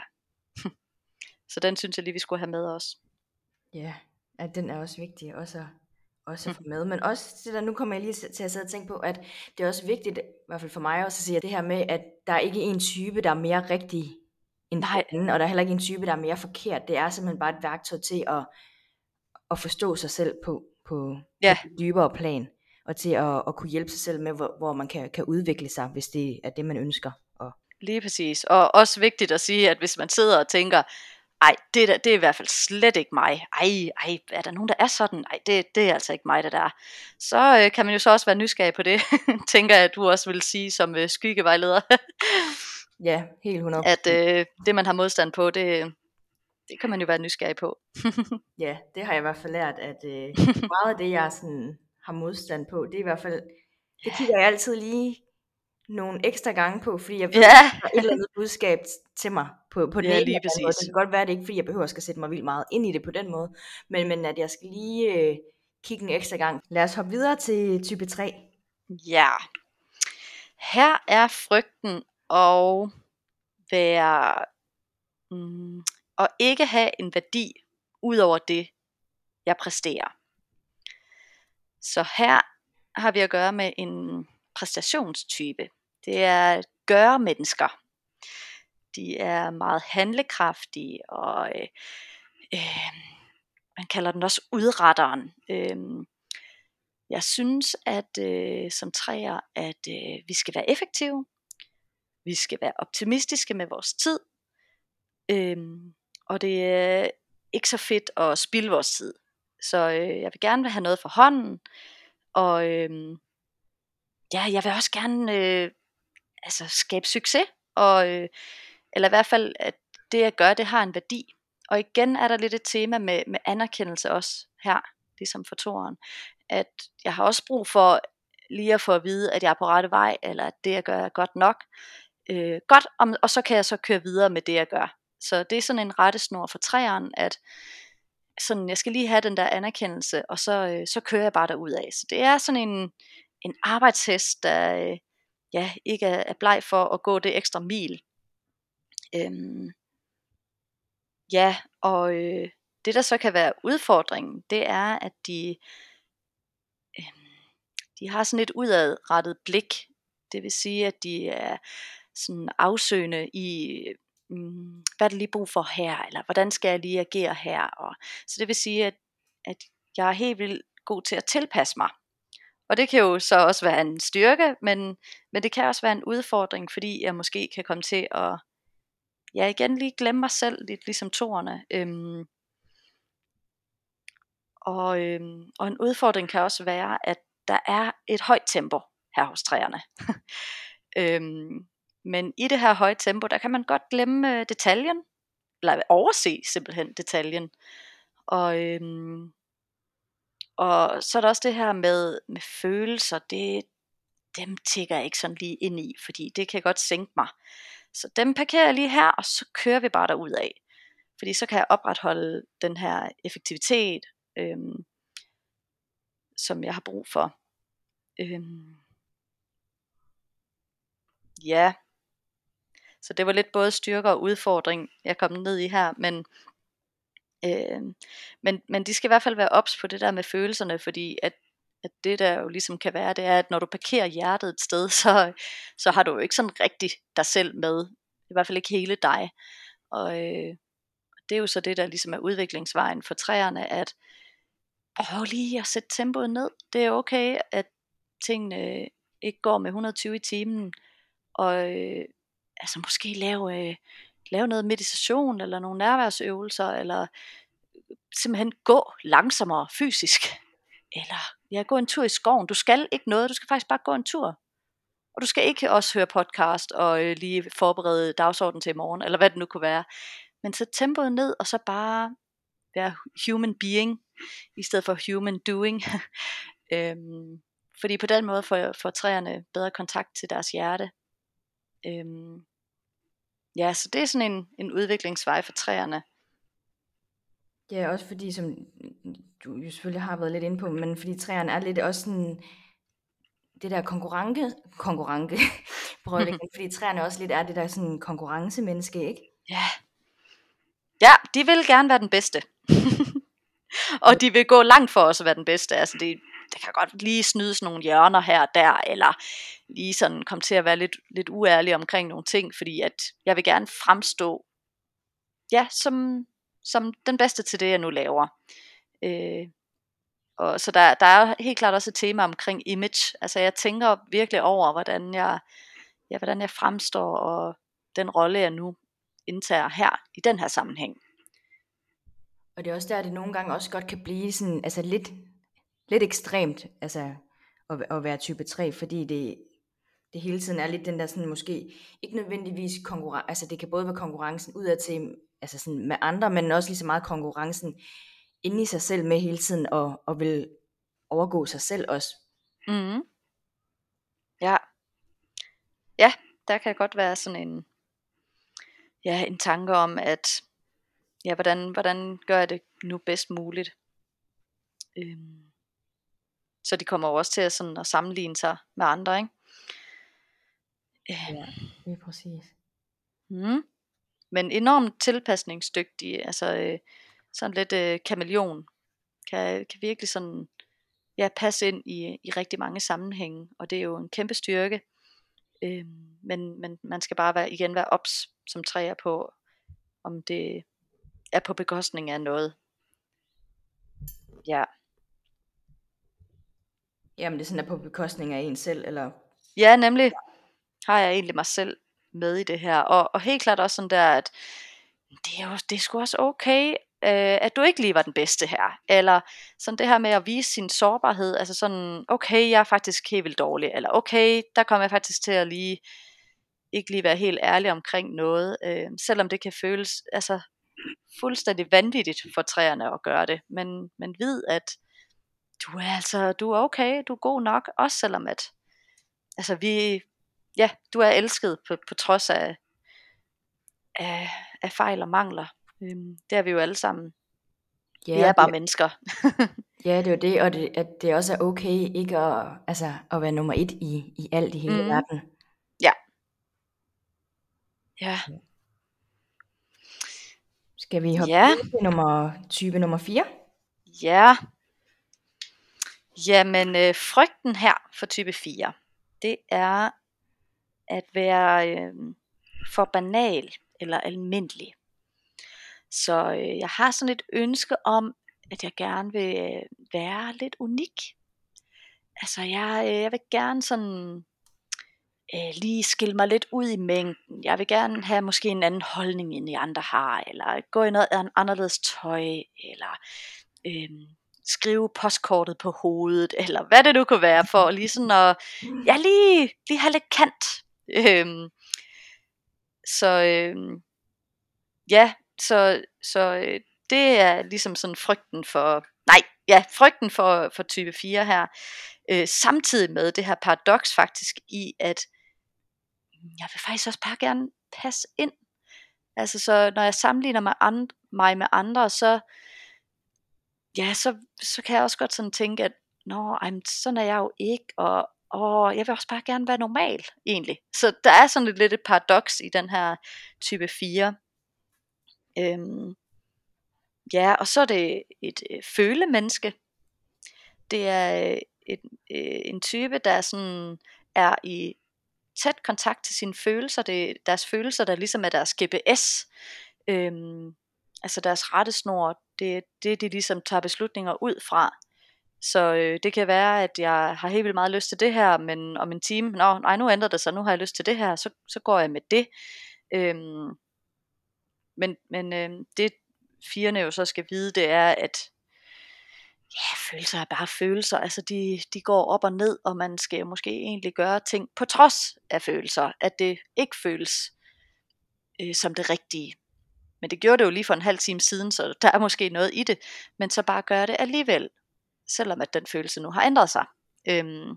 så den synes jeg lige, vi skulle have med os. Ja, at den er også vigtig også at, også at få med. Men også det der, nu kommer jeg lige til at sidde og tænke på, at det er også vigtigt, i hvert fald for mig også at sige, at det her med, at der er ikke en type, der er mere rigtig end den Nej, anden, og der er heller ikke en type, der er mere forkert. Det er simpelthen bare et værktøj til at, at forstå sig selv på, på, på ja, et dybere plan, og til at, at kunne hjælpe sig selv med, hvor, hvor man kan, kan udvikle sig, hvis det er det, man ønsker. Og, lige præcis. Og også vigtigt at sige, at hvis man sidder og tænker, ej, det, der, det er i hvert fald slet ikke mig. Ej, ej, er der nogen, der er sådan? Ej, det, det er altså ikke mig, det der. Så øh, kan man jo så også være nysgerrig på det. Tænker jeg, at du også vil sige som øh, skyggevejleder. ja, helt hundrede At procent. øh, det, man har modstand på, det, det kan man jo være nysgerrig på. Ja, det har jeg i hvert fald lært, at øh, meget af det, jeg sådan har modstand på, det er i hvert fald, det kigger jeg altid lige nogle ekstra gange på, fordi jeg ved, Ja, der er et eller andet budskab t- til mig på, på den ja, ene eller lige den anden måde. Det præcis. kan godt være, at det ikke er, fordi jeg behøver at skal sætte mig vildt meget ind i det på den måde, men, men at jeg skal lige øh, kigge en ekstra gang. Lad os hoppe videre til type tre. Ja, her er frygten og være mm, og ikke have en værdi ud over det, jeg præsterer. Så her har vi at gøre med en præstationstype. Det er gøre mennesker. De er meget handlekraftige, og øh, øh, man kalder den også udretteren. Øh, jeg synes, at øh, som træer, at øh, vi skal være effektive. Vi skal være optimistiske med vores tid, øhm, og det er ikke så fedt at spilde vores tid. Så øh, jeg vil gerne have noget for hånden, og øhm, ja, jeg vil også gerne øh, altså skabe succes, og øh, eller i hvert fald at det jeg gør, det har en værdi. Og igen er der lidt et tema med, med anerkendelse også her, ligesom for toeren, at jeg har også brug for lige at få at vide, at jeg er på rette vej, eller at det jeg gør er godt nok. Øh, godt, om, og så kan jeg så køre videre med det jeg gør. Så det er sådan en rettesnor for træeren, at sådan, jeg skal lige have den der anerkendelse, og så, øh, så kører jeg bare derudad. Så det er sådan en, en arbejdshest, der øh, ja, ikke er, er bleg for at gå det ekstra mil. Øhm, ja, og øh, det der så kan være udfordringen, det er, at de, øh, de har sådan et udadrettet blik. Det vil sige, at de er sådan afsøgende i, mm, hvad er der lige brug for her, eller hvordan skal jeg lige agere her. Og, så det vil sige, at, at jeg er helt vildt god til at tilpasse mig. Og det kan jo så også være en styrke, men, men det kan også være en udfordring, fordi jeg måske kan komme til at, ja igen lige glemme mig selv, lidt ligesom toerne. Øhm, og, øhm, og en udfordring kan også være, at der er et højt tempo her hos træerne. øhm, men i det her høje tempo, der kan man godt glemme øh, detaljen, eller overse simpelthen detaljen. Og, øhm, og så er der også det her med, med følelser, det, dem tigger jeg ikke sådan lige ind i, fordi det kan godt sænke mig. Så dem parkerer jeg lige her, og så kører vi bare derudad. Fordi så kan jeg opretholde den her effektivitet, øhm, som jeg har brug for. Øhm, ja, så det var lidt både styrke og udfordring, jeg kom ned i her, men, øhm, men, men de skal i hvert fald være ops på det der med følelserne, fordi at, at det der jo ligesom kan være, det er, at når du parkerer hjertet et sted, så, så har du jo ikke sådan rigtig dig selv med, i hvert fald ikke hele dig, og øh, det er jo så det, der ligesom er udviklingsvejen for træerne, at prøv lige at sætte tempoet ned. Det er okay, at tingene ikke går med et hundrede og tyve i timen, og øh, altså måske lave, øh, lave noget meditation, eller nogle nærværsøvelser, eller simpelthen gå langsommere fysisk, eller ja, gå en tur i skoven. Du skal ikke noget, du skal faktisk bare gå en tur. Og du skal ikke også høre podcast, og øh, lige forberede dagsordenen til i morgen, eller hvad det nu kunne være. Men sæt tempoet ned, og så bare være human being, i stedet for human doing. øhm, fordi på den måde får, får træerne bedre kontakt til deres hjerte. Øhm, ja, så det er sådan en, en udviklingsvej for træerne. Ja, også fordi, som du jo selvfølgelig har været lidt inde på, men fordi træerne er lidt også sådan, det der konkurrence, konkurrence, prøv igen, fordi træerne også lidt er det der sådan konkurrencemenneske, ikke? Ja. Ja, de vil gerne være den bedste. Og de vil gå langt for os at være den bedste. Altså det, det kan godt lige snydes nogle hjørner her og der, eller lige sådan komme til at være lidt, lidt uærlig omkring nogle ting, fordi at jeg vil gerne fremstå, ja, som, som den bedste til det, jeg nu laver. Øh, og så der, der er helt klart også et tema omkring image. Altså jeg tænker virkelig over, hvordan jeg, ja, hvordan jeg fremstår, og den rolle, jeg nu indtager her, i den her sammenhæng. Og det er også der, det nogle gange også godt kan blive sådan, altså lidt, lidt ekstremt, altså at, at være type tre, fordi det, det hele tiden er lidt den der sådan måske, ikke nødvendigvis konkurrence, altså det kan både være konkurrencen udad til, altså sådan med andre, men også lige så meget konkurrencen inde i sig selv med hele tiden, og, og vil overgå sig selv også. Mm. Ja. Ja, der kan godt være sådan en, ja, en tanke om, at ja, hvordan, hvordan gør jeg det nu bedst muligt? Øhm, så de kommer jo også til at, sådan, at sammenligne sig med andre, ikke? Ja, det er præcis. Mm. Men enormt tilpasningsdygtige, altså øh, sådan lidt øh, kameleon, kan, kan virkelig sådan, ja, passe ind i, i rigtig mange sammenhænge, og det er jo en kæmpe styrke. Øhm, men, men man skal bare være, igen være ops som træer på, om det er på bekostning af noget. Ja. Jamen det er sådan er på bekostning af en selv, eller? Ja, nemlig. Har jeg egentlig mig selv? med i det her. Og, og helt klart også sådan der, at det er jo det er sgu også okay, øh, at du ikke lige var den bedste her. Eller sådan det her med at vise sin sårbarhed, altså sådan, okay, jeg er faktisk helt vildt dårlig, eller okay, der kommer jeg faktisk til at lige, ikke lige være helt ærlig omkring noget, øh, selvom det kan føles altså fuldstændig vanvittigt for træerne at gøre det, men, men vid, at du er altså, du er okay, du er god nok, også selvom at, altså vi, ja, du er elsket på, på trods af, af, af fejl og mangler. Øhm, det er vi jo alle sammen. Vi Ja, er og bare det, mennesker. ja, det er jo det, og det, at det også er okay ikke at, altså, at være nummer et i, i alt i hele mm, verden. ja, ja, Skal vi hoppe ja, videre til nummer, type nummer fire? ja. Jamen, øh, frygten her for type fire, det er at være øh, for banal eller almindelig. Så øh, jeg har sådan et ønske om, at jeg gerne vil øh, være lidt unik. Altså jeg, øh, jeg vil gerne sådan øh, lige skille mig lidt ud i mængden. Jeg vil gerne have måske en anden holdning, end de andre har, eller gå i noget an- anderledes tøj, eller øh, skrive postkortet på hovedet, eller hvad det nu kunne være, for lige sådan at ja, lige, lige have lidt kant. Øh, så øh, ja, så, så øh, det er ligesom sådan frygten for, nej, ja, frygten for, for type fire her, øh, samtidig med det her paradoks faktisk i, at jeg vil faktisk også bare gerne passe ind. Altså så når jeg sammenligner mig, and, mig med andre, så, ja, så, så kan jeg også godt sådan tænke, at nå, ej, men sådan er jeg jo ikke, og og jeg vil også bare gerne være normal, egentlig. Så der er sådan lidt, lidt et paradoks i den her type fire. Øhm, Ja, og så er det et øh, følemenneske. Det er øh, et, øh, en type, der sådan er i tæt kontakt til sine følelser. Det er deres følelser, der ligesom er deres G P S. Øhm, altså deres rettesnor. Det er det, de ligesom tager beslutninger ud fra. Så øh, det kan være, at jeg har helt vildt meget lyst til det her, men om en time, nå, nej, nu ændrer det sig, nu har jeg lyst til det her, så, så går jeg med det. Øhm, men men øh, det firene jo så skal vide, det er, at ja, følelser er bare følelser, altså de, de går op og ned, og man skal jo måske egentlig gøre ting på trods af følelser, at det ikke føles øh, som det rigtige. Men det gjorde det jo lige for en halv time siden, så der er måske noget i det, men så bare gøre det alligevel, selvom at den følelse nu har ændret sig. Øhm,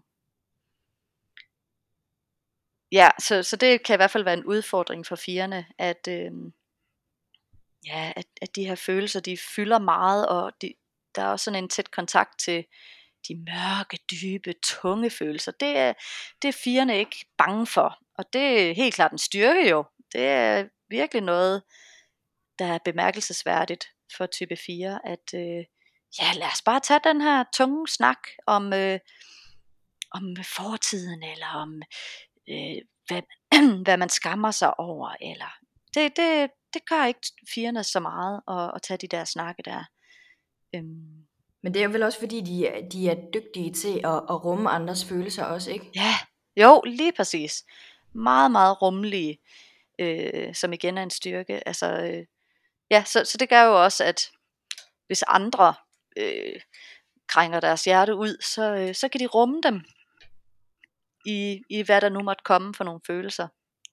ja, så, så det kan i hvert fald være en udfordring for firerne, at, øhm, ja, at, at de her følelser, de fylder meget, og de, der er også sådan en tæt kontakt til de mørke, dybe, tunge følelser. Det er, det er firerne ikke bange for, og det er helt klart en styrke jo. Det er virkelig noget, der er bemærkelsesværdigt for type fire, at øh, ja, lad os bare tage den her tunge snak om, øh, om fortiden, eller om øh, hvad, hvad man skammer sig over, eller det, det, det gør ikke firerne så meget at, at tage de der snakke der. Øhm, Men det er jo vel også fordi, de, er- de er dygtige til at, at rumme andres følelser også, ikke? ja, jo, lige præcis. Meget, meget rummelige, øh, som igen er en styrke. Altså, øh, ja, så, så det gør jo også, at hvis andre øh, krænger deres hjerte ud, så, øh, så kan de rumme dem i, i hvad der nu måtte komme for nogle følelser.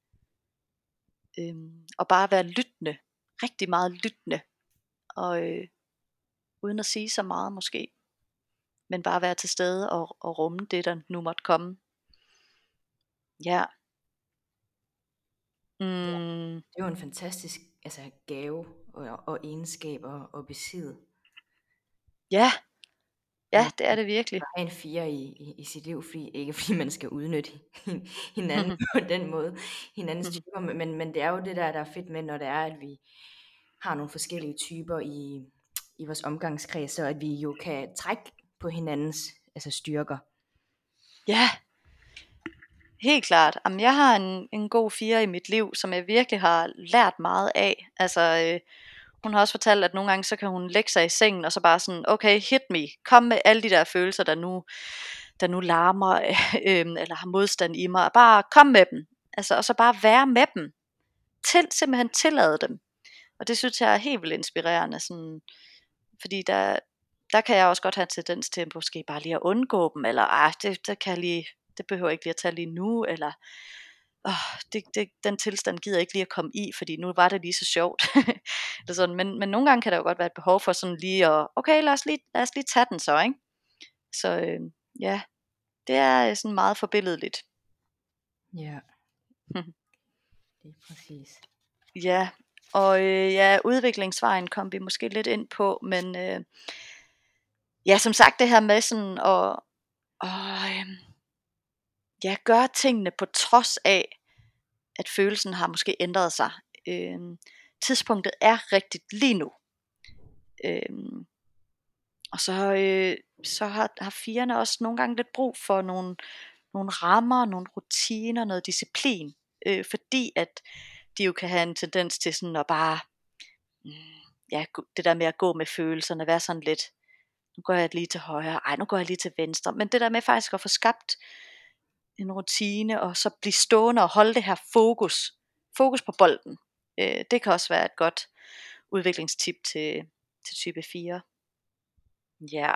Øhm, og bare være lyttende, rigtig meget lyttende, og øh, uden at sige så meget måske, men bare være til stede og, og rumme det, der nu måtte komme. Ja. Mm, Det er jo en fantastisk altså, gave og, og egenskab at, at besidde. ja, ja, At det er det virkelig. have en fire i, i, i sit liv, fordi, ikke fordi man skal udnytte hin- hinanden på den måde, hinandens typer, men, men men det er jo det der, der er fedt med, når det er, at vi har nogle forskellige typer i, i vores omgangskreds, så at vi jo kan trække på hinandens altså styrker. Ja, helt klart. Jamen, jeg har en, en god fire i mit liv, som jeg virkelig har lært meget af. Altså, øh, hun har også fortalt, at nogle gange, så kan hun lægge sig i sengen, og så bare sådan, okay, hit me. Kom med alle de der følelser, der nu, der nu larmer, øh, eller har modstand i mig. Bare kom med dem. Altså, og så bare være med dem. Til, simpelthen tillade dem. Og det synes jeg er helt vildt inspirerende. Sådan, fordi der, der kan jeg også godt have en tendens til måske bare lige at undgå dem, eller ah, det, det, kan jeg lige, det behøver jeg ikke lige at tage lige nu, eller oh, det, det, den tilstand gider jeg ikke lige at komme i, fordi nu var det lige så sjovt. Eller sådan. Men, men nogle gange kan der jo godt være et behov for sådan lige at, okay, lad os lige, lad os lige tage den så, ikke? Så øh, ja, det er sådan meget forbilledeligt. Ja, det er præcis. Ja, og øh, ja, udviklingsvejen kom vi måske lidt ind på, men øh, ja, som sagt det her med sådan at, at øh, ja, gøre tingene på trods af, at følelsen har måske ændret sig. Øh, tidspunktet er rigtigt lige nu. Øh, og så, øh, så har, har firerne også nogle gange lidt brug for nogle, nogle rammer, nogle rutiner, noget disciplin, øh, fordi at de jo kan have en tendens til sådan at bare, mm, ja, det der med at gå med følelserne, være sådan lidt, nu går jeg lige til højre, ej nu går jeg lige til venstre, men det der med faktisk at få skabt en rutine, og så blive stående og holde det her fokus, fokus på bolden, øh, det kan også være et godt udviklingstip til, til type fire. Ja.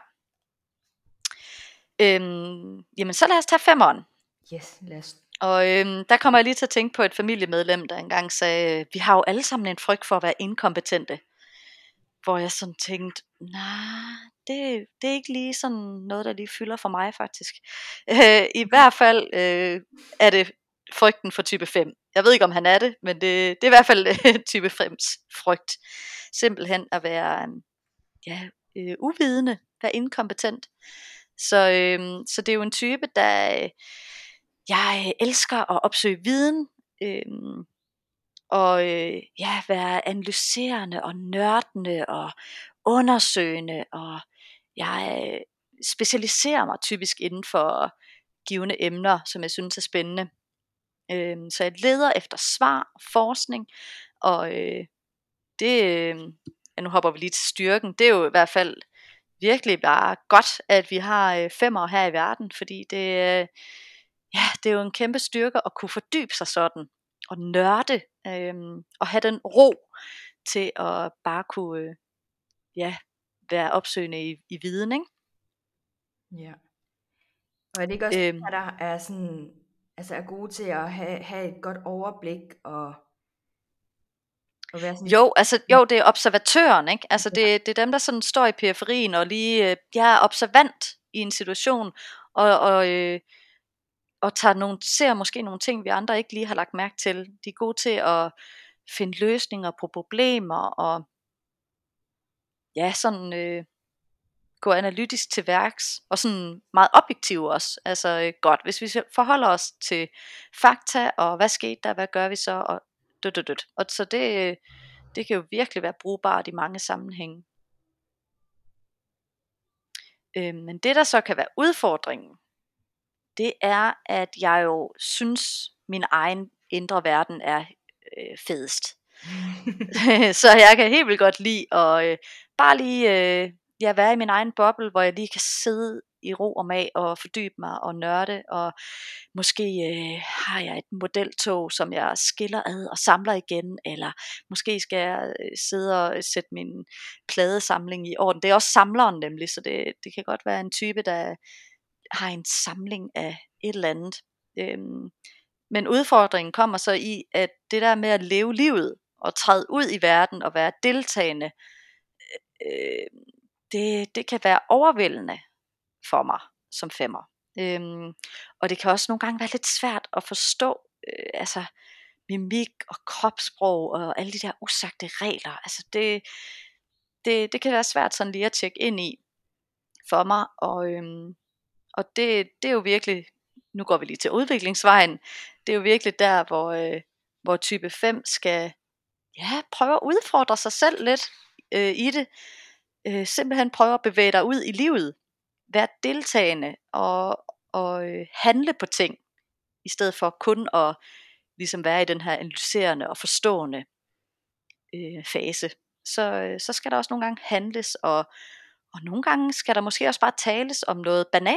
Øhm, jamen så lad os tage femeren. Yes, lad os. Og øhm, der kommer jeg lige til at tænke på et familiemedlem, der engang sagde, vi har jo alle sammen en frygt for at være inkompetente. Hvor jeg sådan tænkte, nej, det, det er ikke lige sådan noget, der lige fylder for mig faktisk. Øh, I hvert fald øh, er det frygten for type fem. Jeg ved ikke, om han er det, men det, det er i hvert fald type fems frygt. Simpelthen at være ja, øh, uvidende, være inkompetent. Så, øh, så det er jo en type, der øh, jeg elsker at opsøge viden, øh, og øh, ja, være analyserende og nørdende og undersøgende, og jeg øh, specialiserer mig typisk inden for givende emner, som jeg synes er spændende. Øh, så jeg leder efter svar og forskning, og øh, det, øh, ja, nu hopper vi lige til styrken, det er jo i hvert fald virkelig bare godt, at vi har øh, femmer her i verden, fordi det, øh, ja, det er jo en kæmpe styrke at kunne fordybe sig sådan, og nørde, øh, og have den ro til at bare kunne øh, ja, være opsøgende i, i viden, ikke? Ja. Og er det ikke også Øhm, der, der er sådan, altså er gode til at have, have et godt overblik og, og være sådan, jo, altså jo, det er observatøren, ikke? Altså ja, det, det er dem, der sådan står i periferien og lige øh, jeg er observant i en situation, og, og, øh, og tager nogle, ser måske nogle ting, vi andre ikke lige har lagt mærke til. De er gode til at finde løsninger på problemer, og ja, sådan øh, gå analytisk til værks, og sådan meget objektiv også. Altså øh, godt, hvis vi forholder os til fakta, og hvad skete der, hvad gør vi så, og død, død, død. Og så det, øh, det kan jo virkelig være brugbart i mange sammenhænge. Øh, men det der så kan være udfordringen, det er, at jeg jo synes, min egen indre verden er øh, fedest. Så jeg kan helt vildt godt lide at øh, bare lige øh, ja, være i min egen boble, hvor jeg lige kan sidde i ro og mag og fordybe mig og nørde, og måske øh, har jeg et modeltog, som jeg skiller ad og samler igen, eller måske skal jeg øh, sidde og sætte min pladesamling i orden. Det er også samleren nemlig, så det, det kan godt være en type, der har en samling af et eller andet. Øhm, men udfordringen kommer så i, at det der med at leve livet og træde ud i verden og være deltagende, øh, det, det kan være overvældende for mig som femmer. Øhm, og det kan også nogle gange være lidt svært at forstå, øh, altså mimik og kropssprog og alle de der usagte regler. Altså det, det, det kan være svært sådan lige at tjekke ind i for mig, og øhm, Og det, det er jo virkelig, nu går vi lige til udviklingsvejen, det er jo virkelig der, hvor, øh, hvor type fem skal ja, prøve at udfordre sig selv lidt øh, i det. Øh, simpelthen prøve at bevæge dig ud i livet. Være deltagende og, og øh, handle på ting, i stedet for kun at ligesom være i den her analyserende og forstående øh, fase. Så, øh, så skal der også nogle gange handles, og, og nogle gange skal der måske også bare tales om noget banalt.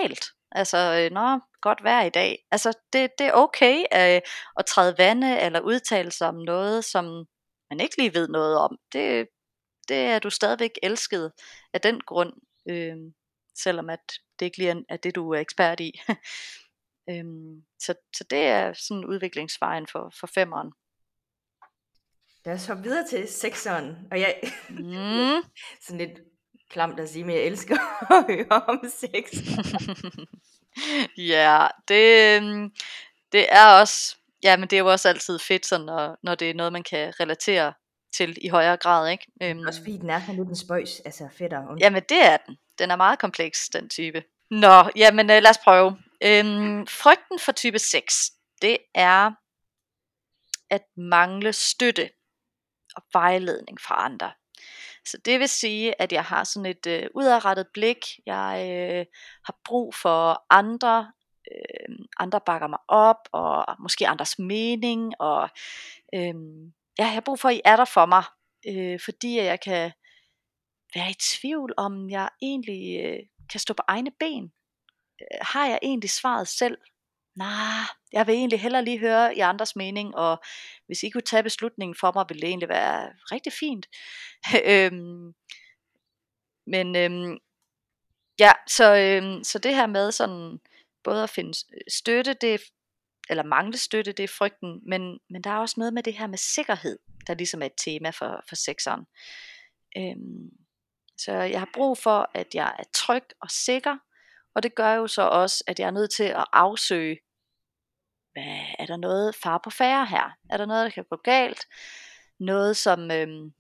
Altså, øh, nå, godt vejr i dag. Altså, det, det er okay øh, at træde vande eller udtale sig om noget, som man ikke lige ved noget om. Det, det er du stadigvæk elsket af den grund, øh, selvom at det ikke lige er, er det, du er ekspert i. øhm, så, så det er sådan udviklingsvejen for, for femmeren. Lad os hoppe videre til sekseren, og jeg Mm. sådan lidt klamt at sige, men jeg elsker at høre om sex. Ja, det, øhm, det er også, ja, men det er jo også altid fedt, sådan, når, når det er noget, man kan relatere til i højere grad, ikke? Også Øhm, fordi den er sådan lidt en spøjs, altså fætter. Und- jamen det er den. Den er meget kompleks, den type. Nå, jamen øh, lad os prøve. Øhm, frygten for type seks, det er at mangle støtte og vejledning fra andre. Så det vil sige, at jeg har sådan et øh, udadrettet blik. Jeg øh, har brug for andre. Øh, andre bakker mig op, og måske andres mening. Og øh, ja, jeg har brug for, at I er der for mig. Øh, fordi jeg kan være i tvivl, om jeg egentlig øh, kan stå på egne ben. Øh, har jeg egentlig svaret selv? Nej, jeg vil egentlig hellere lige høre i andres mening, og hvis I kunne tage beslutningen for mig, ville det egentlig være rigtig fint. øhm, men øhm, ja, så, øhm, så det her med sådan både at finde støtte, det er, eller mangle støtte, det er frygten, men, men der er også noget med det her med sikkerhed, der ligesom er et tema for, for sekseren. Øhm, så jeg har brug for, at jeg er tryg og sikker, og det gør jo så også, at jeg er nødt til at afsøge, hvad, er der noget far på færre her? Er der noget, der kan gå galt? Noget som, øhm,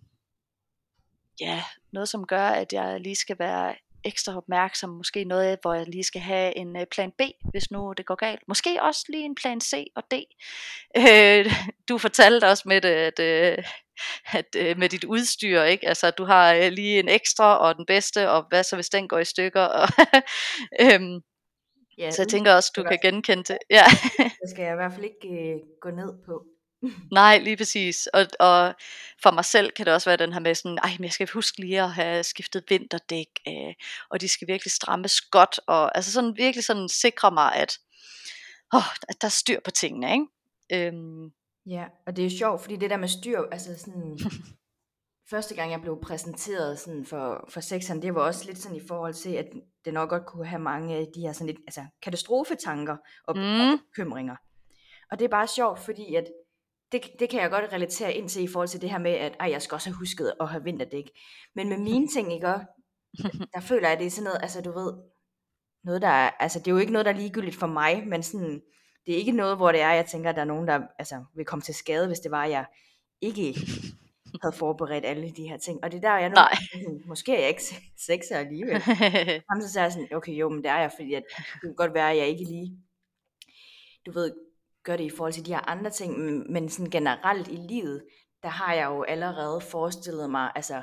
ja, noget som gør, at jeg lige skal være ekstra opmærksom. Måske noget, hvor jeg lige skal have en øh, plan B, hvis nu det går galt. Måske også lige en plan C og D. Øh, du fortalte også med det, at, øh, at øh, med dit udstyr, ikke? Altså, at du har øh, lige en ekstra og den bedste, og hvad så hvis den går i stykker? Og øhm, Ja, så jeg tænker også, du udstyr, kan genkende det. Ja. det skal jeg i hvert fald ikke øh, gå ned på. Nej, lige præcis. Og, og for mig selv kan det også være den her med sådan, ej, men jeg skal huske lige at have skiftet vinterdæk, øh, og de skal virkelig strammes godt, og altså sådan virkelig sådan sikre mig, at, åh, at der er styr på tingene, ikke? Øhm, Ja, og det er jo sjovt, fordi det der med styr, altså sådan, første gang jeg blev præsenteret sådan for, for sekseren, det var også lidt sådan i forhold til, at det nok godt kunne have mange af de her sådan lidt, altså katastrofetanker og, og mm, bekymringer. Og det er bare sjovt, fordi at det, det kan jeg godt relatere ind til i forhold til det her med, at ej, jeg skal også have husket at have vinterdæk. Men med mine ting, ikke, og der føler jeg, at det er sådan noget, altså du ved, noget der er, altså det er jo ikke noget, der er ligegyldigt for mig, men sådan, det er ikke noget, hvor det er, jeg tænker, at der er nogen, der altså, vil komme til skade, hvis det var, at jeg ikke havde forberedt alle de her ting. Og det er der, jeg nogle nej. gange sådan, måske er jeg ikke sexer alligevel. Samtidig så er jeg sådan, okay, jo, men det er jeg, fordi at det kan godt være, at jeg ikke lige, du ved, gør det i forhold til de her andre ting, men men sådan generelt i livet, der har jeg jo allerede forestillet mig, altså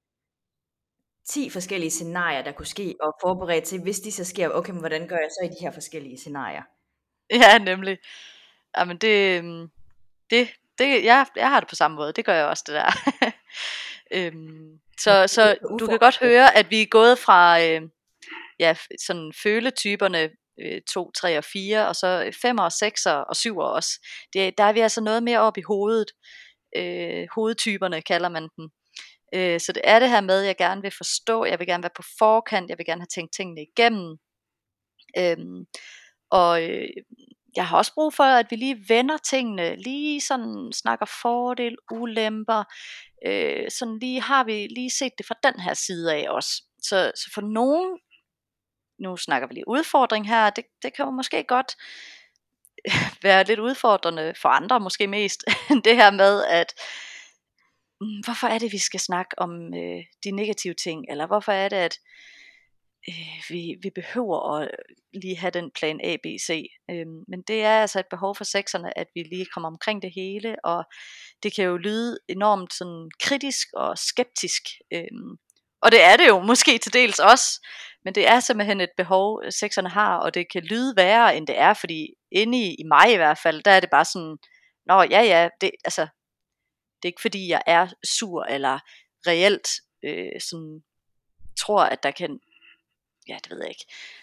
ti forskellige scenarier, der kunne ske, og forberedt til, hvis de så sker, okay, men hvordan gør jeg så i de her forskellige scenarier? Ja, nemlig. Jamen det, øhm, det, det jeg, jeg har det på samme måde. Det gør jeg også, det der. øhm, Men så, det er så ikke så du kan godt uforberedt. høre, at vi er gået fra øh, ja, f- sådan føletyperne øh, to, tre og fire, og så femmer og sekser og syver også. Det, der er vi altså noget mere op i hovedet. Øh, hovedtyperne kalder man dem. Øh, så det er det her med, at jeg gerne vil forstå, jeg vil gerne være på forkant, jeg vil gerne have tænkt tingene igennem. Øhm, og øh, jeg har også brug for, at vi lige vender tingene, lige sådan snakker fordel, ulemper, øh, sådan lige har vi lige set det fra den her side af også. Så, så for nogen, nu snakker vi lige udfordring her, det, det kan jo måske godt være lidt udfordrende for andre, måske mest, det her med, at mm, hvorfor er det, vi skal snakke om øh, de negative ting, eller hvorfor er det, at øh, vi, vi behøver at lige have den plan A, B, C. Øhm, men det er altså et behov for sekserne, at vi lige kommer omkring det hele, og det kan jo lyde enormt sådan kritisk og skeptisk. Øhm, og det er det jo måske til dels også, men det er simpelthen et behov, sekserne har, og det kan lyde værre, end det er, fordi inde i, i mig i hvert fald, der er det bare sådan, nå ja ja, det, altså, det er ikke fordi, jeg er sur, eller reelt øh, sådan, tror, at der kan, ja, det ved jeg ikke,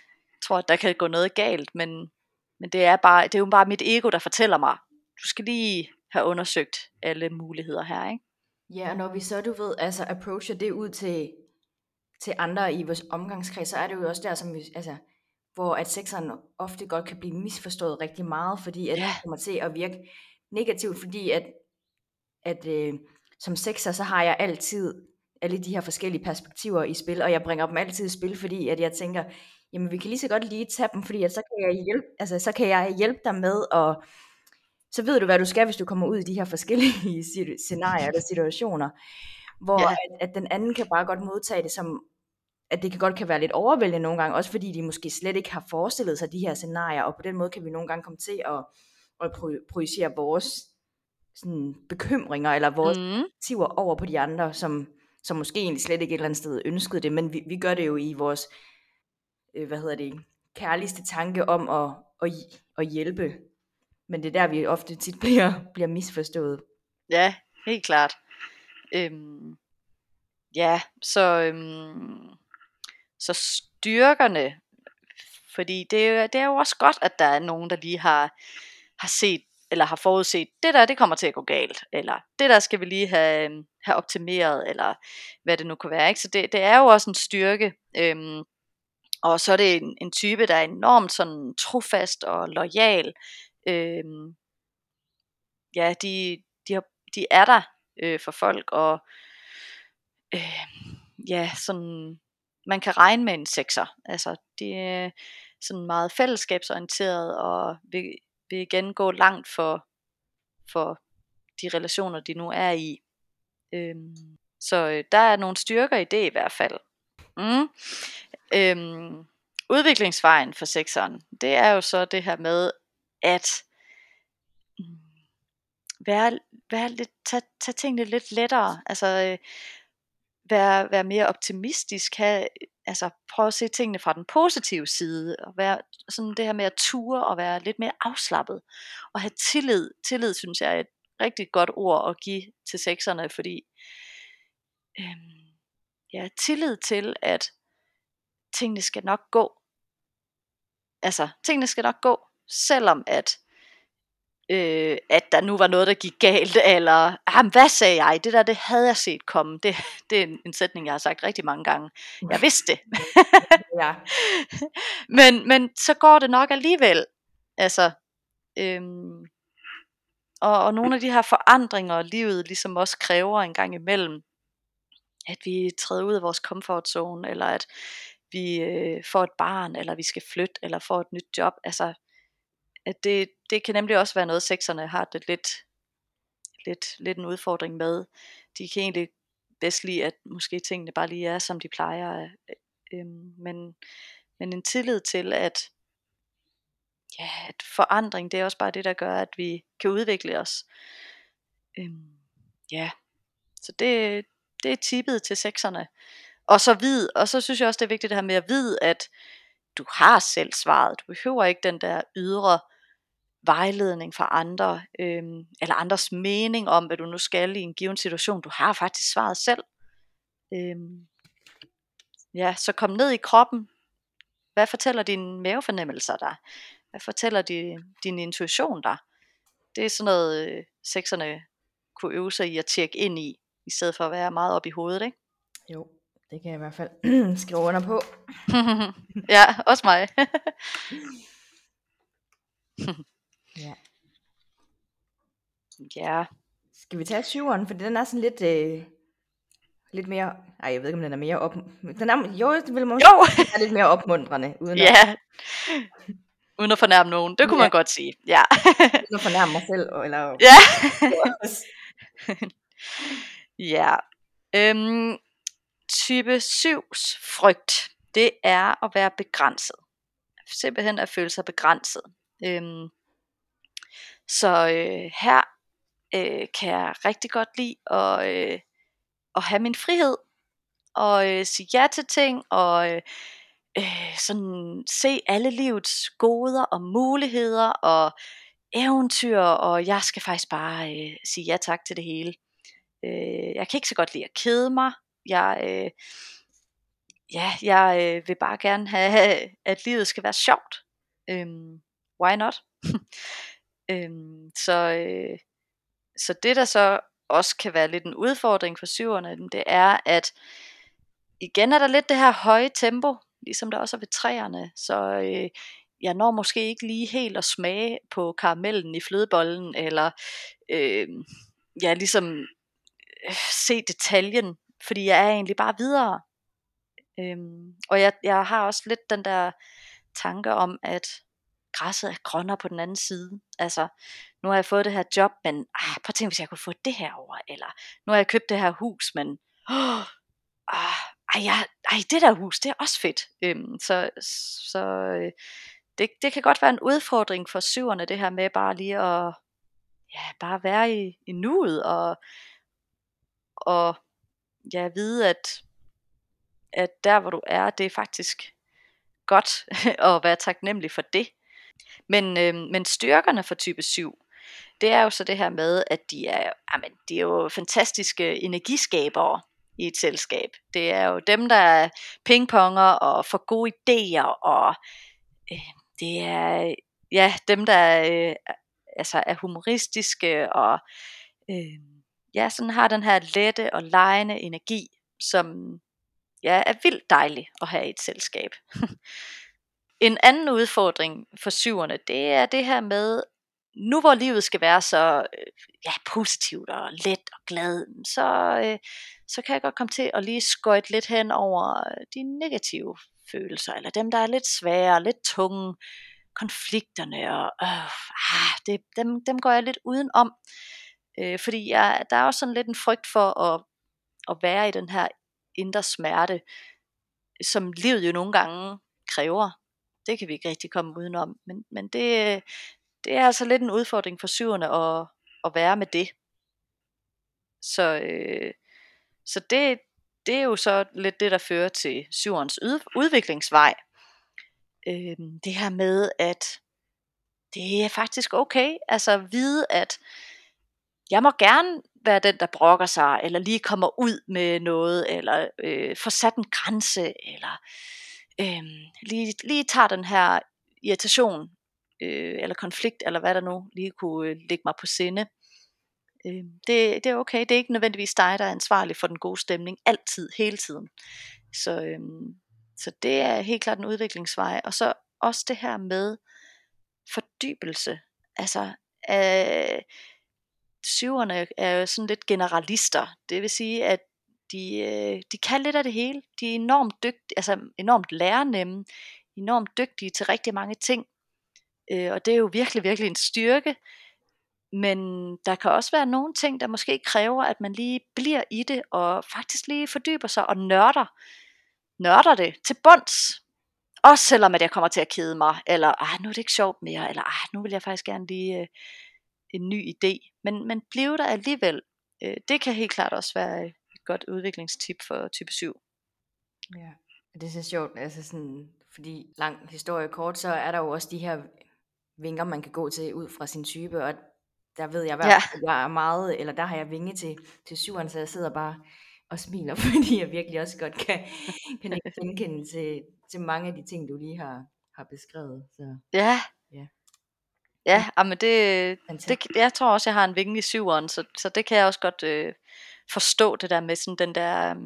tror, at der kan gå noget galt, men, men det, er bare, det er jo bare mit ego, der fortæller mig, du skal lige have undersøgt alle muligheder her, ikke? Ja, og når vi så, du ved, altså approacher det ud til, til andre i vores omgangskreds, så er det jo også der, som vi, altså, hvor at sekseren ofte godt kan blive misforstået rigtig meget, fordi at Ja. det kommer til at virke negativt, fordi at, at øh, som sekser, så har jeg altid alle de her forskellige perspektiver i spil, og jeg bringer dem altid i spil, fordi at jeg tænker, jamen vi kan lige så godt lige tage dem, fordi at så kan jeg hjælpe, altså så kan jeg hjælpe dig med, og så ved du, hvad du skal, hvis du kommer ud i de her forskellige scenarier eller situationer, hvor Ja. at, at den anden kan bare godt modtage det som, at det kan godt kan være lidt overvældende nogle gange, også fordi de måske slet ikke har forestillet sig de her scenarier, og på den måde kan vi nogle gange komme til at, at projicere vores sådan, bekymringer eller vores Mm. perspektiver over på de andre, som, som måske egentlig slet ikke et eller andet sted ønskede det, men vi, vi gør det jo i vores, øh, hvad hedder det, kærligste tanke om at, at, at hjælpe, men det er der, vi ofte tit bliver, bliver misforstået. Ja, helt klart. Øhm, ja, så, øhm, så styrkerne, fordi det, er- det er jo også godt, at der er nogen, der lige har, har set, eller har forudset, det der, det kommer til at gå galt, eller det der skal vi lige have, øhm, have optimeret, eller hvad det nu kan være, ikke? Så det, det er jo også en styrke, øhm, og så er det en, en type, der er enormt sådan trofast og loyal, øhm, ja, de, de, har, de er der øh, for folk, og øh, ja, sådan, man kan regne med en sekser. Altså, det er sådan meget fællesskabsorienteret, og vil, vil igen gå langt for, for de relationer, de nu er i. Øhm, så øh, der er nogle styrker i det i hvert fald. Mm. Øhm, udviklingsvejen for sekseren, det er jo så det her med, at mm, være, være lidt, tage, tage tingene lidt lettere, altså øh, være, være mere optimistisk, have, altså prøve at se tingene fra den positive side, og være sådan det her med at ture og være lidt mere afslappet, og have tillid. Tillid synes jeg er et rigtig godt ord at give til sekserne, fordi øhm, ja, tillid til, at tingene skal nok gå. Altså, tingene skal nok gå, selvom at Øh, at der nu var noget, der gik galt, eller ah, hvad sagde jeg, det der, det havde jeg set komme, det, det er en, en sætning, jeg har sagt rigtig mange gange, jeg vidste det, Ja. men, men så går det nok alligevel, altså, øhm, og, og nogle af de her forandringer, livet ligesom også kræver en gang imellem, at vi træder ud af vores comfort zone, eller at vi øh, får et barn, eller vi skal flytte, eller får et nyt job, altså, at det, det kan nemlig også være noget, sekserne har det lidt, lidt, lidt en udfordring med. De kan egentlig bedst lide, at måske tingene bare lige er, som de plejer. Øhm, men, men en tillid til, at, ja, at forandring, det er også bare det, der gør, at vi kan udvikle os. Øhm, ja, så det, det er tippet til sekserne. Og så vid, og så synes jeg også, det er vigtigt det her med at vide, at du har selv svaret. Du behøver ikke den der ydre vejledning fra andre, øhm, eller andres mening om, hvad du nu skal i en given situation. Du har faktisk svaret selv. Øhm, ja, så kom ned i kroppen. Hvad fortæller dine mavefornemmelser dig? Hvad fortæller din, din intuition dig? Det er sådan noget, øh, sekserne kunne øve sig i at tjekke ind i, i stedet for at være meget op i hovedet, ikke? Jo, det kan jeg i hvert fald skrive under på. Ja, også mig. Ja. Ja. Skal vi tage syveren, for den er sådan lidt, øh, lidt mere, nej, jeg ved ikke, om den er mere op, den er, jo, det vil måske Jo. være lidt mere opmuntrende, uden Ja. at, Uden at fornærme nogen, det kunne ja, man godt sige. Ja. uden at fornærme mig selv, eller Ja. også. Ja. Øhm, type syvs frygt, det er at være begrænset. Simpelthen at føle sig begrænset. Øhm, så øh, her øh, kan jeg rigtig godt lide at, øh, at have min frihed, og øh, sige ja til ting, og øh, øh, sådan se alle livets goder og muligheder og eventyr, og jeg skal faktisk bare øh, sige ja tak til det hele. Øh, jeg kan ikke så godt lide at kede mig. Jeg, øh, Ja, jeg øh, vil bare gerne have, at livet skal være sjovt. Øhm, why not? øhm, så, øh, så det der så også kan være lidt en udfordring for syverne, det er, at igen er der lidt det her høje tempo, ligesom der også er ved træerne. Så øh, jeg når måske ikke lige helt at smage på karamellen i flødebollen, eller øh, ja, ligesom øh, se detaljen, fordi jeg er egentlig bare videre. Øhm, og jeg, jeg har også lidt den der tanke om, at græsset er grønnere på den anden side. Altså, nu har jeg fået det her job, men ej, prøv at tænke, hvis jeg kunne få det her over. Eller, nu har jeg købt det her hus, men åh, ah, ej, jeg, ej, det der hus, det er også fedt. Øhm, så så øh, det, det kan godt være en udfordring for syverne, det her med bare lige at ja, bare være i, i nuet, og, og ja, vide, at, at der hvor du er, det er faktisk godt at være taknemmelig for det. Men, øh, men styrkerne for type syv, det er jo så det her med, at de er, jamen, de er jo fantastiske energiskabere i et selskab. Det er jo dem, der er pingponger og får gode idéer, og øh, det er ja, dem, der øh, altså er humoristiske, og øh, ja, sådan har den her lette og legende energi, som ja, er vildt dejlig at have i et selskab. En anden udfordring for syverne, det er det her med, nu hvor livet skal være så øh, ja, positivt og let og glad, så, øh, så kan jeg godt komme til at lige skøjte lidt hen over de negative følelser, eller dem, der er lidt svære, lidt tunge, konflikterne, og øh, ah, det, dem, dem går jeg lidt udenom, øh, fordi jeg, der er også sådan lidt en frygt for at, at være i den her indre smerte, som livet jo nogle gange kræver. Det kan vi ikke rigtig komme udenom, men, men det, det er altså lidt en udfordring for syverne at, at være med det. Så, øh, så det, det er jo så lidt det, der fører til syverens ud, udviklingsvej. Øh, det her med, at det er faktisk okay, altså at vide, at jeg må gerne være den, der brokker sig, eller lige kommer ud med noget, eller øh, får sat en grænse, eller øh, lige, lige tager den her irritation, øh, eller konflikt, eller hvad der nu lige kunne øh, ligge mig på sinde. Øh, det, det er okay, det er ikke nødvendigvis dig, der er ansvarlig for den gode stemning, altid, hele tiden. Så, øh, så det er helt klart en udviklingsvej, og så også det her med fordybelse, altså øh, syverne er jo sådan lidt generalister. Det vil sige, at de, øh, de kan lidt af det hele. De er enormt dygtige, altså enormt lærernemme, enormt dygtige til rigtig mange ting. Øh, og det er jo virkelig, virkelig en styrke. Men der kan også være nogle ting, der måske kræver, at man lige bliver i det, og faktisk lige fordyber sig og nørder, nørder det til bunds. Også selvom at jeg kommer til at kede mig, eller ah, nu er det ikke sjovt mere, eller ah, nu vil jeg faktisk gerne lige øh, en ny idé. Men, men bliv der alligevel. Øh, det kan helt klart også være et godt udviklingstip for type syv. Ja, det er så sjovt, altså sådan, fordi lang historie kort, så er der jo også de her vinger, man kan gå til ud fra sin type, og der ved jeg i hvert Ja, fald, at jeg er meget, eller der har jeg vinge til, til syveren, så jeg sidder bare og smiler, fordi jeg virkelig også godt kan, kan ikke genkende til, til mange af de ting, du lige har, har beskrevet. Så ja, ja, ja, ah, men det, det, fantastisk. jeg tror også, jeg har en vinge i syveren, så, så det kan jeg også godt øh, forstå, det der med sådan den der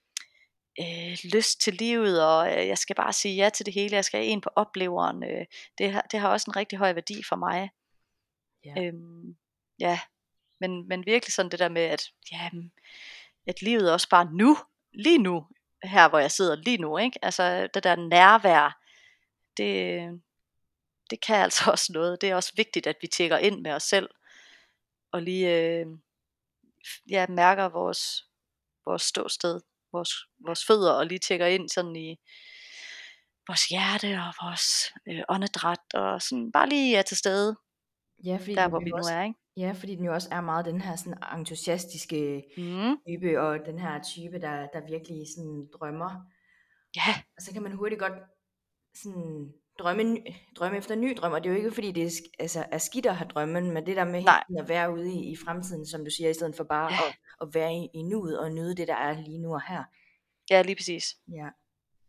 øh, lyst til livet, og øh, jeg skal bare sige ja til det hele, jeg skal ind på opleveren. Øh, det, har, det har også en rigtig høj værdi for mig. Ja. Øhm, ja, men, men virkelig sådan det der med, at, ja, at livet er også bare nu, lige nu, her hvor jeg sidder lige nu, ikke? Altså det der nærvær, det, det kan altså også noget. Det er også vigtigt, at vi tjekker ind med os selv, og lige øh, ja, mærker vores, vores ståsted, vores, vores fødder, og lige tjekker ind sådan i vores hjerte og vores øh, åndedræt, og sådan bare lige er til stede, Ja, fordi der den hvor vi jo nu også, er, ikke? ja, fordi den jo også er meget den her sådan entusiastiske Mm, type, og den her type, der, der virkelig sådan drømmer. ja, Og så kan man hurtigt godt sådan drømme, ny- drømme efter ny drøm, og det er jo ikke fordi, det er, sk- altså, er skidt at have drømmen, men det der med hele nej, tiden at være ude i, i fremtiden, som du siger, i stedet for bare ja, at, at være i, i nuet og nyde det, der er lige nu og her. ja, lige præcis. Ja,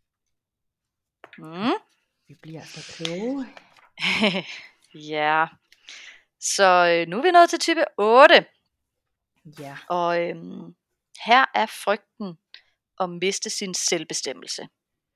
Mm. Vi bliver så kloge. Ja, så øh, nu er vi nået til type otte. Ja. Og øhm, her er frygten at miste sin selvbestemmelse.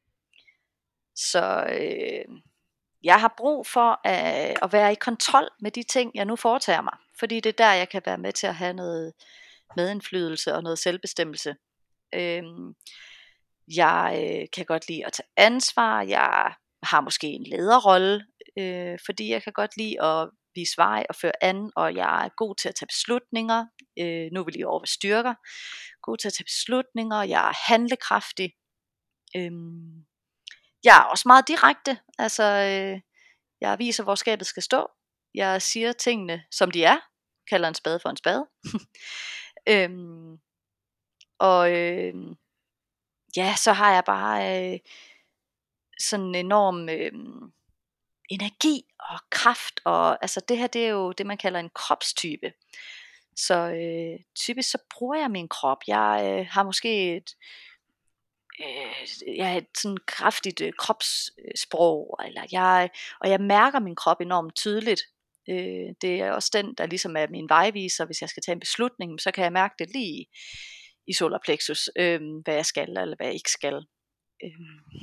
Så øh, jeg har brug for at, at være i kontrol med de ting, jeg nu foretager mig. Fordi det er der, jeg kan være med til at have noget medindflydelse og noget selvbestemmelse. Øhm, jeg øh, kan godt lide at tage ansvar. Jeg har måske en lederrolle, øh, fordi jeg kan godt lide at vise vej og føre an, og jeg er god til at tage beslutninger. Øh, nu er vi lige over ved styrker. God til at tage beslutninger. Jeg er handlekraftig. Øhm, jeg er også meget direkte. Altså, øh, jeg viser, hvor skabet skal stå. Jeg siger tingene, som de er. Kalder en spade for en spade. øhm, og øh, ja, så har jeg bare øh, sådan en enorm øh, energi og kraft. Og altså det her, det er jo det, man kalder en kropstype. Så øh, typisk så bruger jeg min krop. Jeg øh, har måske et, øh, jeg har et sådan kraftigt øh, kropssprog, eller jeg, og jeg mærker min krop enormt tydeligt. Øh, det er også den, der ligesom er min vejviser. Hvis jeg skal tage en beslutning, så kan jeg mærke det lige i solar plexus, øh, hvad jeg skal, eller hvad jeg ikke skal. Øh,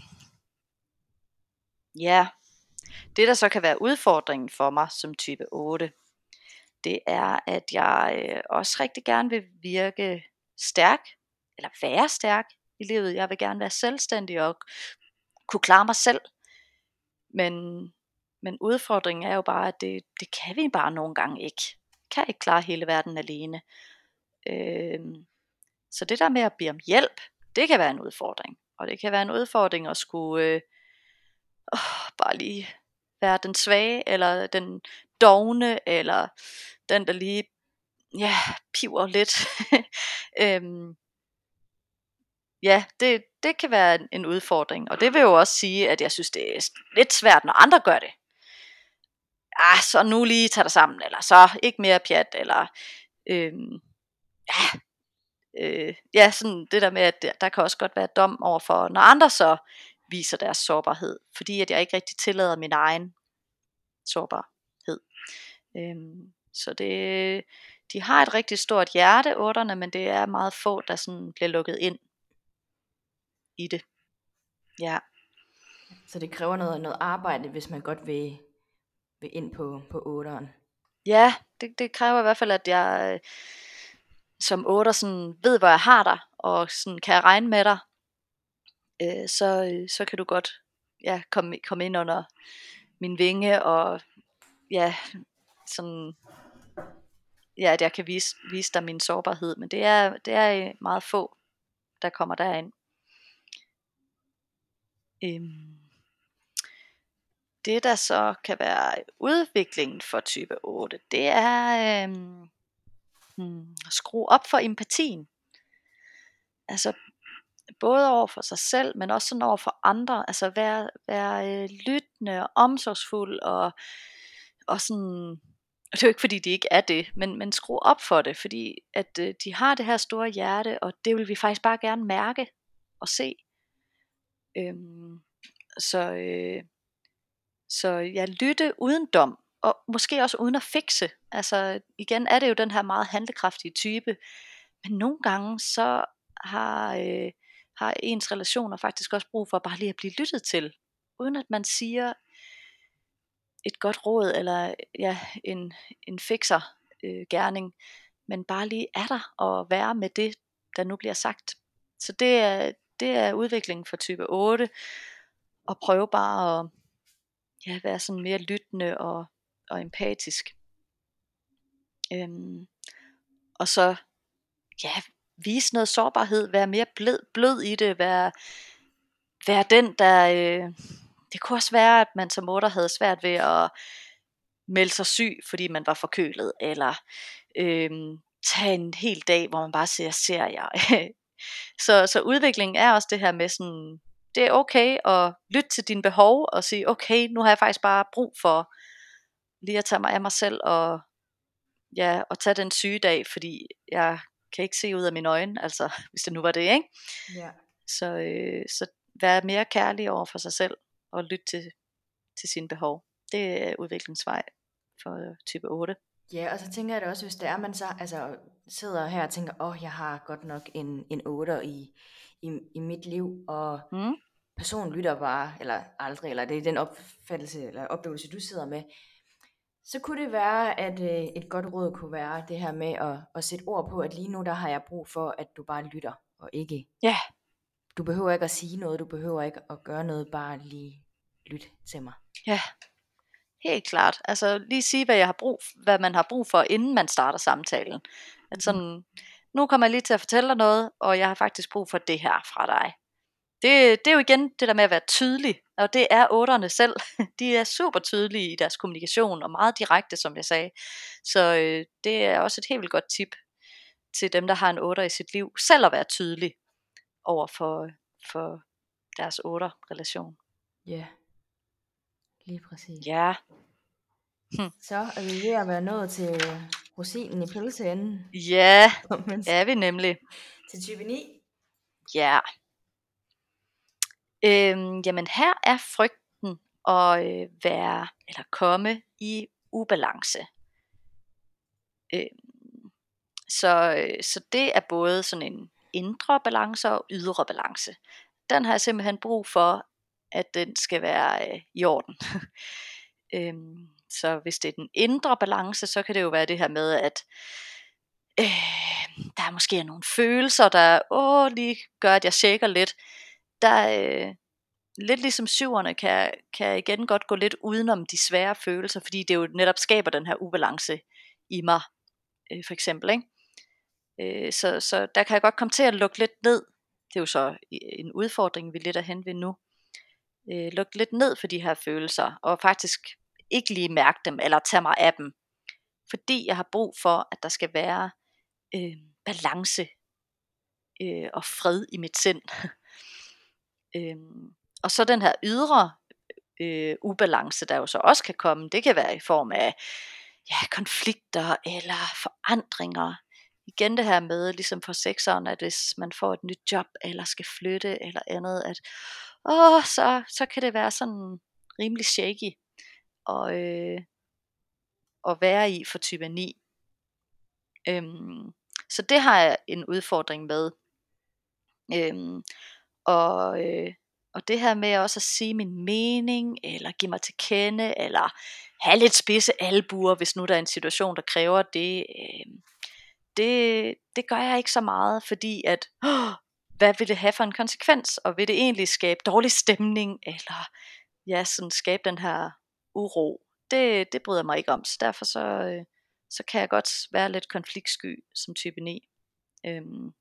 ja, det der så kan være udfordringen for mig som type otte, det er, at jeg øh, også rigtig gerne vil virke stærk, eller være stærk i livet. Jeg vil gerne være selvstændig og kunne klare mig selv. Men, men udfordringen er jo bare, at det, det kan vi bare nogle gange ikke. Vi kan ikke klare hele verden alene. Øhm, så det der med at bede om hjælp, det kan være en udfordring. Og det kan være en udfordring at skulle øh, åh, bare lige være den svage, eller den dovne, eller den der lige ja, piver lidt. øhm, ja, det, det kan være en, en udfordring. Og det vil jo også sige, at jeg synes, det er lidt svært, når andre gør det. Ah, så nu lige tage dig sammen, eller så ikke mere pjat, eller øhm, ja, øh, ja, sådan det der med, at der, der kan også godt være dom overfor, når andre så viser deres sårbarhed, fordi at jeg ikke rigtig tillader min egen sårbarhed. Øhm, så det, de har et rigtig stort hjerte, otterne, men det er meget få, der sådan bliver lukket ind i det. Ja. Så det kræver noget, noget arbejde, hvis man godt vil, vil ind på, på otteren. Ja, det, det kræver i hvert fald, at jeg øh, som otter sådan ved, hvor jeg har dig, og sådan kan jeg regne med dig. Øh, så, øh, så kan du godt ja, komme, komme ind under min vinge, og ja, sådan, ja, at jeg kan vise, vise dig min sårbarhed. Men det er, det er meget få, der kommer derind. Øhm, det der så kan være udviklingen for type otte, det er øhm, hmm, at skrue op for empatien. Altså både over for sig selv, men også sådan over for andre. Altså være, være øh, lyttende og omsorgsfuld, og, og sådan, og det er jo ikke fordi de ikke er det, men, men skrue op for det, fordi at øh, de har det her store hjerte, og det vil vi faktisk bare gerne mærke og se. Øhm, så, øh, så jeg lytte uden dom, og måske også uden at fikse. Altså igen er det jo den her meget handlekraftige type, men nogle gange så har, øh, har ens relationer faktisk også brug for bare lige at blive lyttet til, uden at man siger et godt råd, eller ja, en, en fikser øh, gerning, men bare lige er der og være med det, der nu bliver sagt. Så det er, det er udviklingen for type otte, og prøve bare at ja, være sådan mere lyttende og, og empatisk. Øhm, og så ja, vise noget sårbarhed, være mere blød, blød i det, være, være den, der, øh, det kunne også være, at man som otter havde svært ved at melde sig syg, fordi man var forkølet, eller øh, tage en hel dag, hvor man bare ser serier. så, så udviklingen er også det her med sådan, det er okay at lytte til dine behov, og sige, okay, nu har jeg faktisk bare brug for lige at tage mig af mig selv, og ja, og tage den sygedag, fordi jeg kan ikke se ud af mine øjne, altså hvis det nu var det, ikke? Ja. Så, øh, så være mere kærlig over for sig selv. at lytte til, til sine behov. Det er udviklingsvej for type otte. Ja, og så tænker jeg det også, hvis det er, man så altså, sidder her og tænker, åh, oh, jeg har godt nok en, en otter i, i, i mit liv, og Mm? personen lytter bare, eller aldrig, eller det er den opfattelse, eller oplevelse, du sidder med, så kunne det være, at øh, et godt råd kunne være det her med at, at sætte ord på, at lige nu, der har jeg brug for, at du bare lytter, og ikke, Ja, du behøver ikke at sige noget, du behøver ikke at gøre noget, bare lige lyt til mig. ja, helt klart. Altså lige sige, hvad, jeg har brug, hvad man har brug for, inden man starter samtalen. At sådan, nu kommer jeg lige til at fortælle dig noget, og jeg har faktisk brug for det her fra dig. Det, det er jo igen det der med at være tydelig, og det er otterne selv. De er super tydelige i deres kommunikation, og meget direkte, som jeg sagde. Så øh, det er også et helt vildt godt tip til dem, der har en otter i sit liv, selv at være tydelig over for, for deres otter-relation. Ja, lige præcis. Ja. Hm. Så er vi ved at være nået til rosinen i pølseenden. Ja, Men er vi nemlig. til type ni. Ja. Øhm, jamen her er frygten at øh, være eller komme i ubalance. Øhm, så, øh, så det er både sådan en indre balance og ydre balance. Den har jeg simpelthen brug for, at den skal være øh, i orden. øhm, så hvis det er den indre balance, så kan det jo være det her med, at øh, der måske er nogle følelser, der åh, lige gør, at jeg shaker lidt. Der, øh, lidt ligesom syverne kan, kan igen godt gå lidt udenom de svære følelser, fordi det jo netop skaber den her ubalance i mig, øh, for eksempel. Ikke? Øh, så, så der kan jeg godt komme til at lukke lidt ned. Det er jo så en udfordring, vi lidt er hen ved nu. Øh, lukke lidt ned for de her følelser, og faktisk ikke lige mærke dem, eller tage mig af dem. Fordi jeg har brug for, at der skal være øh, balance øh, og fred i mit sind. øhm, og så den her ydre øh, ubalance, der jo så også kan komme, det kan være i form af ja, konflikter eller forandringer. Igen det her med, ligesom for sekseren, at hvis man får et nyt job, eller skal flytte, eller andet, at åh, så, så kan det være sådan rimelig shaky og, øh, at være i for type ni. Øhm, så det har jeg en udfordring med. Øhm, og, øh, og det her med også at sige min mening, eller give mig til kende, eller have lidt spidse albuer, hvis nu der er en situation, der kræver det, øh, det, det gør jeg ikke så meget, fordi at, åh, hvad vil det have for en konsekvens, og vil det egentlig skabe dårlig stemning, eller ja, sådan skabe den her uro, det, det bryder jeg mig ikke om, så derfor så, øh, så kan jeg godt være lidt konfliktsky som type ni. Øhm,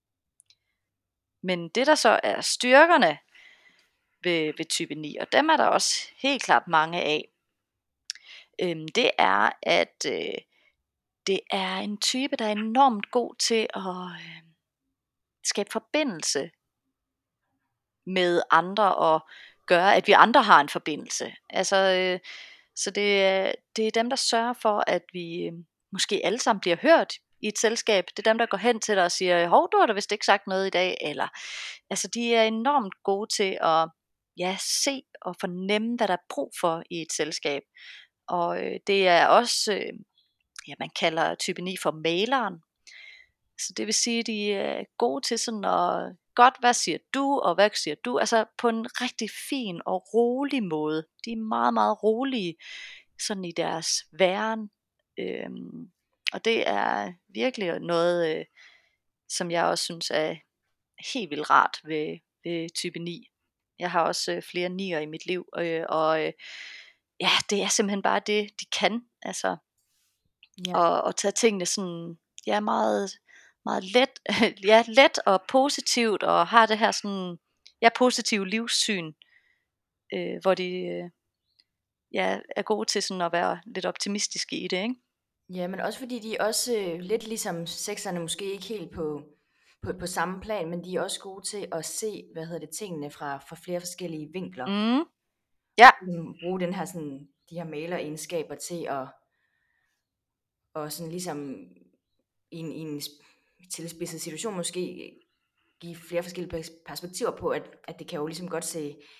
Men det der så er styrkerne ved, ved type ni, og dem er der også helt klart mange af, øhm, det er, at øh, det er en type, der er enormt god til at øh, skabe forbindelse med andre, og gøre, at vi andre har en forbindelse. Altså, øh, så det, er- det er dem, der sørger for, at vi øh, måske alle sammen bliver hørt i et selskab. Det er dem, der går hen til dig og siger, hov, du har da vist ikke sagt noget i dag, eller altså, de er enormt gode til at ja, se og fornemme, hvad der er brug for i et selskab. Og øh, det er også, øh, ja, man kalder type ni for maleren. Så det vil sige, at de er gode til sådan at, godt, hvad siger du, og hvad siger du? Altså på en rigtig fin og rolig måde. De er meget, meget rolige sådan i deres væren. Øhm, og det er virkelig noget, øh, som jeg også synes er helt vildt rart ved, ved type ni. Jeg har også øh, flere nier i mit liv, øh, og øh, ja, det er simpelthen bare det, de kan. Altså, Ja. og, og tage tingene sådan, ja, meget, meget let, ja, let og positivt, og har det her sådan, ja, positive livssyn, øh, hvor de, øh, ja, er gode til sådan at være lidt optimistiske i det, ikke? Ja, men også fordi de er også øh, lidt ligesom sekserne måske ikke helt på, på, på samme plan, men de er også gode til at se, hvad hedder det, tingene fra, fra flere forskellige vinkler. Mm, ja, Ligesom bruge den her sådan, de her maleregenskaber til at, og sådan ligesom i en, i en sp- tilspidset situation måske give flere forskellige pers- perspektiver på, at, at det kan jo ligesom godt se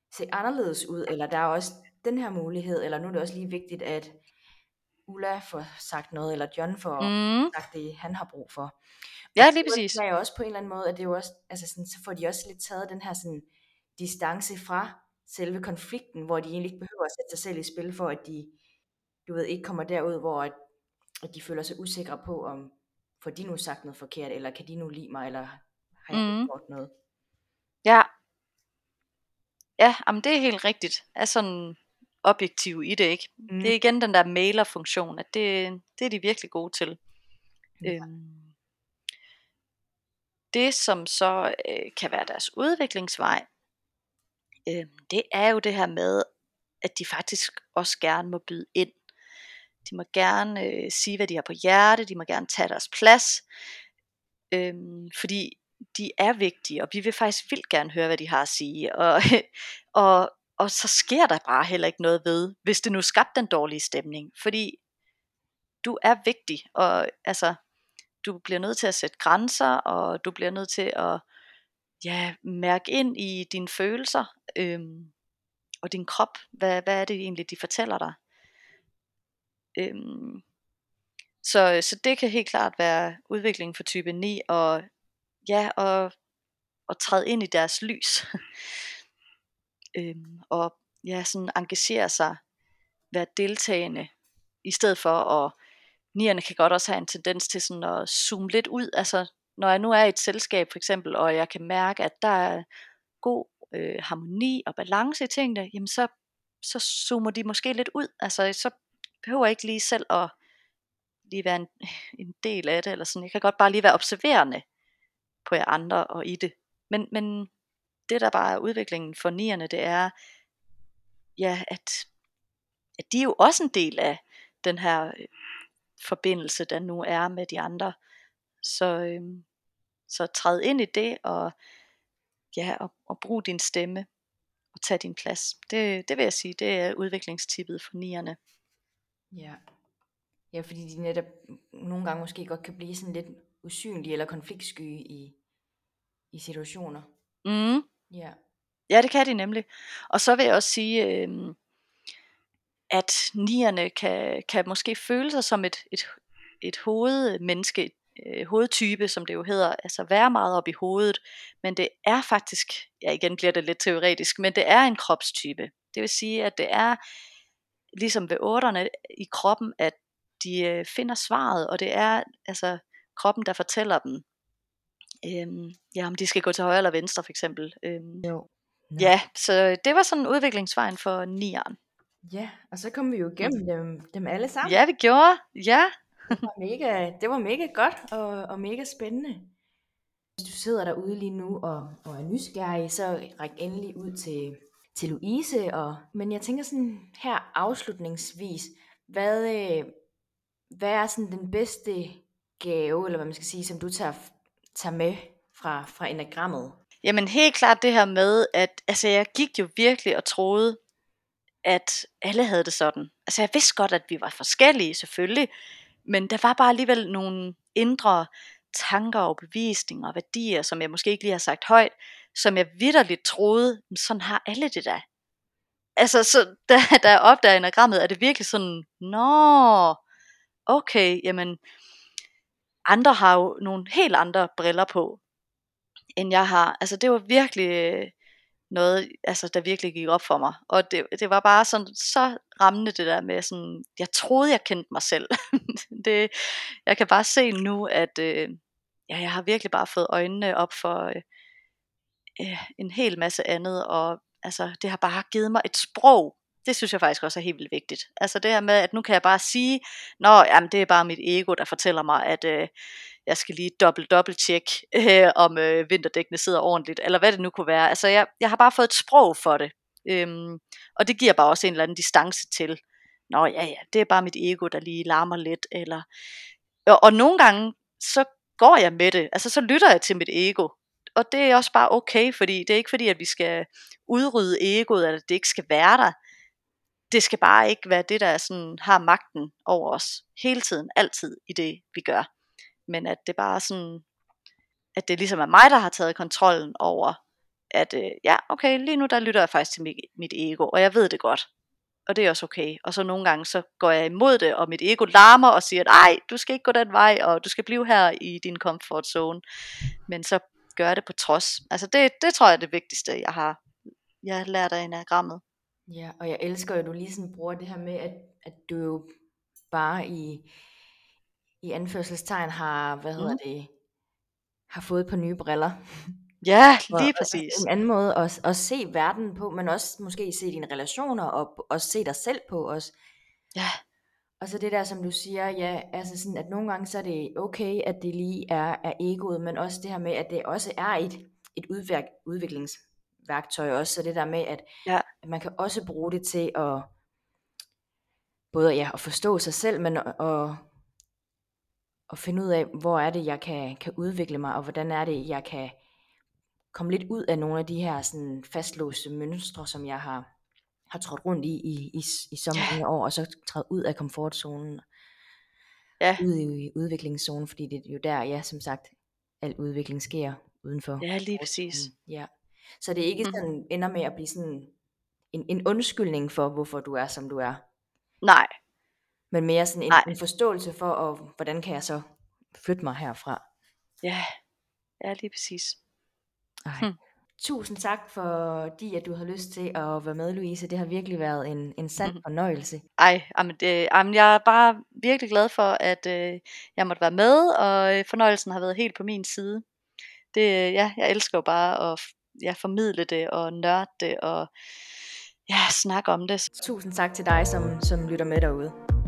se anderledes ud, eller der er også den her mulighed, eller nu er det også lige vigtigt, at Ulla får sagt noget, eller John får Mhm. sagt det, han har brug for. Og Ja, så lige præcis. tænker jeg også på en eller anden måde, at det er jo også, altså sådan, så får de også lidt taget den her sådan distance fra selve konflikten, hvor de egentlig ikke behøver at sætte sig selv i spil for, at de, du ved, ikke kommer derud, hvor at, at de føler sig usikre på, om får de nu sagt noget forkert, eller kan de nu lide mig, eller har jeg ikke Mhm. gjort noget. Ja. Ja, jamen det er helt rigtigt. Er sådan objektiv i det, ikke? Mm. Det er igen den der mailer-funktion, at det, det er de virkelig gode til. Ja. Øhm, det som så øh, kan være deres udviklingsvej, øh, det er jo det her med, at de faktisk også gerne må byde ind. De må gerne øh, sige, hvad de har på hjerte, de må gerne tage deres plads, øhm, fordi de er vigtige, og vi vil faktisk vildt gerne høre, hvad de har at sige. Og, og, og så sker der bare heller ikke noget ved, hvis det nu skabte den dårlige stemning, fordi du er vigtig, og altså, du bliver nødt til at sætte grænser, og du bliver nødt til at ja, mærke ind i dine følelser, øhm, og din krop. Hvad, hvad er det egentlig, de fortæller dig? Øhm, så, så det kan helt klart være udviklingen for type ni, og ja, og, og træde ind i deres lys, øhm, og ja, sådan engagere sig, være deltagende, i stedet for at, nierne kan godt også have en tendens til sådan at zoome lidt ud, altså når jeg nu er i et selskab for eksempel, og jeg kan mærke, at der er god øh, harmoni og balance i tingene, jamen så, så zoomer de måske lidt ud, altså så behøver jeg ikke lige selv at lige være en, en del af det, eller sådan, jeg kan godt bare lige være observerende på jer andre og i det, men, men det der bare er udviklingen for nierne, det er, ja, at, at de er jo også en del af den her øh, forbindelse, der nu er med de andre, så, øhm, så træd ind i det, og ja, og, og brug din stemme, og tag din plads. Det, det vil jeg sige, det er udviklingstippet for nierne. Ja. Ja, fordi de netop nogle gange måske godt kan blive sådan lidt usynlige eller konfliktsky i, i situationer. Mm. Ja. Ja, det kan de nemlig. Og så vil jeg også sige, øhm, at nierne kan, kan måske føle sig som et, et, et hovedmenneske, øh, hovedtype, som det jo hedder, altså være meget op i hovedet, men det er faktisk, ja igen bliver det lidt teoretisk, men det er en kropstype. Det vil sige, at det er ligesom ved otterne i kroppen, at de øh, finder svaret, og det er altså kroppen, der fortæller dem, øhm, ja, om de skal gå til højre eller venstre for eksempel. Øhm, Jo. Nå. ja, så det var sådan udviklingsvejen for nieren. Ja, og så kom vi jo igennem dem, dem alle sammen. Ja, vi gjorde. Ja. Det var mega, det var mega godt og, og mega spændende. Hvis du sidder derude lige nu og, og er nysgerrig, så ræk endelig ud til, til Louise. Og, men jeg tænker sådan her afslutningsvis, hvad, øh, hvad er sådan den bedste gave, eller hvad man skal sige, som du tager, tager med fra, fra enagrammet? Jamen helt klart det her med, at altså, jeg gik jo virkelig og troede, at alle havde det sådan. Altså jeg vidste godt, at vi var forskellige selvfølgelig, men der var bare alligevel nogle indre tanker og bevisninger og værdier, som jeg måske ikke lige har sagt højt, som jeg vitterligt troede, sådan har alle det da. Altså så da, da jeg opdager enagrammet, er det virkelig sådan, nå, okay, jamen andre har jo nogle helt andre briller på, end jeg har. Altså det var virkelig noget, altså der virkelig gik op for mig. Og det, det var bare sådan, så rammende det der med sådan, jeg troede jeg kendte mig selv. det, jeg kan bare se nu, at øh, ja, jeg har virkelig bare fået øjnene op for øh, en hel masse andet, og altså det har bare givet mig et sprog. Det synes jeg faktisk også er helt vildt vigtigt. Altså det her med, at nu kan jeg bare sige, nå, jamen det er bare mit ego, der fortæller mig, at øh, jeg skal lige dobbelt dobbelt tjekke, øh, om øh, vinterdækkene sidder ordentligt, eller hvad det nu kunne være. Altså jeg, jeg har bare fået et sprog for det, øhm, og det giver bare også en eller anden distance til, nå ja ja, det er bare mit ego, der lige larmer lidt, eller og, og nogle gange, så går jeg med det, altså så lytter jeg til mit ego, og det er også bare okay, fordi det er ikke fordi, at vi skal udrydde egoet, eller det ikke skal være der. Det skal bare ikke være det, der sådan har magten over os hele tiden, altid i det, vi gør. Men at det bare sådan, at det ligesom er mig, der har taget kontrollen over at øh, ja, okay, lige nu der lytter jeg faktisk til mit, mit ego, og jeg ved det godt. Og det er også okay. Og så nogle gange, så går jeg imod det, og mit ego larmer og siger, nej, du skal ikke gå den vej, og du skal blive her i din comfort zone. Men så gør jeg det på trods. Altså det, det tror jeg er det vigtigste, jeg har, jeg har lært af enagrammet. Ja, og jeg elsker jo, at du lige sådan bruger det her med, at, at du jo bare i, i anførselstegn har, hvad hedder Mm. det, har fået på nye briller. Ja, Og, lige og så præcis. en anden måde at, at se verden på, men også måske se dine relationer, og også se dig selv på også. Ja, Og så det der, som du siger, ja, altså sådan, at nogle gange så er det okay, at det lige er, er egoet, men også det her med, at det også er et, et udværk, udviklingsværktøj også, så det der med, at, ja, at man kan også bruge det til at, både ja, at forstå sig selv, men at, at, at finde ud af, hvor er det, jeg kan, kan udvikle mig, og hvordan er det, jeg kan komme lidt ud af nogle af de her sådan fastlåste mønstre, som jeg har, har trådt rundt i, i, i, i så ja, mange år, og så træde ud af komfortzonen, ja, ud i udviklingszonen, fordi det er jo der, ja, som sagt, al udvikling sker uden for ja, lige præcis. komfortzonen. Ja. Så det er ikke Mm. sådan, ender med at blive sådan en, en undskyldning for, hvorfor du er, som du er, Nej, men mere sådan en, nej, en forståelse for, og, hvordan kan jeg så flytte mig herfra. ja, ja, lige præcis. Ej. Hm. Tusind tak, fordi at du har lyst til at være med, Louise. Det har virkelig været en, en sand fornøjelse. Ej, jamen det, jamen jeg er bare virkelig glad for, at øh, jeg måtte være med, og øh, fornøjelsen har været helt på min side. Det, øh, ja, jeg elsker jo bare at f- ja, formidle det og nørde det og ja, snakke om det. Tusind tak til dig, som, som lytter med derude.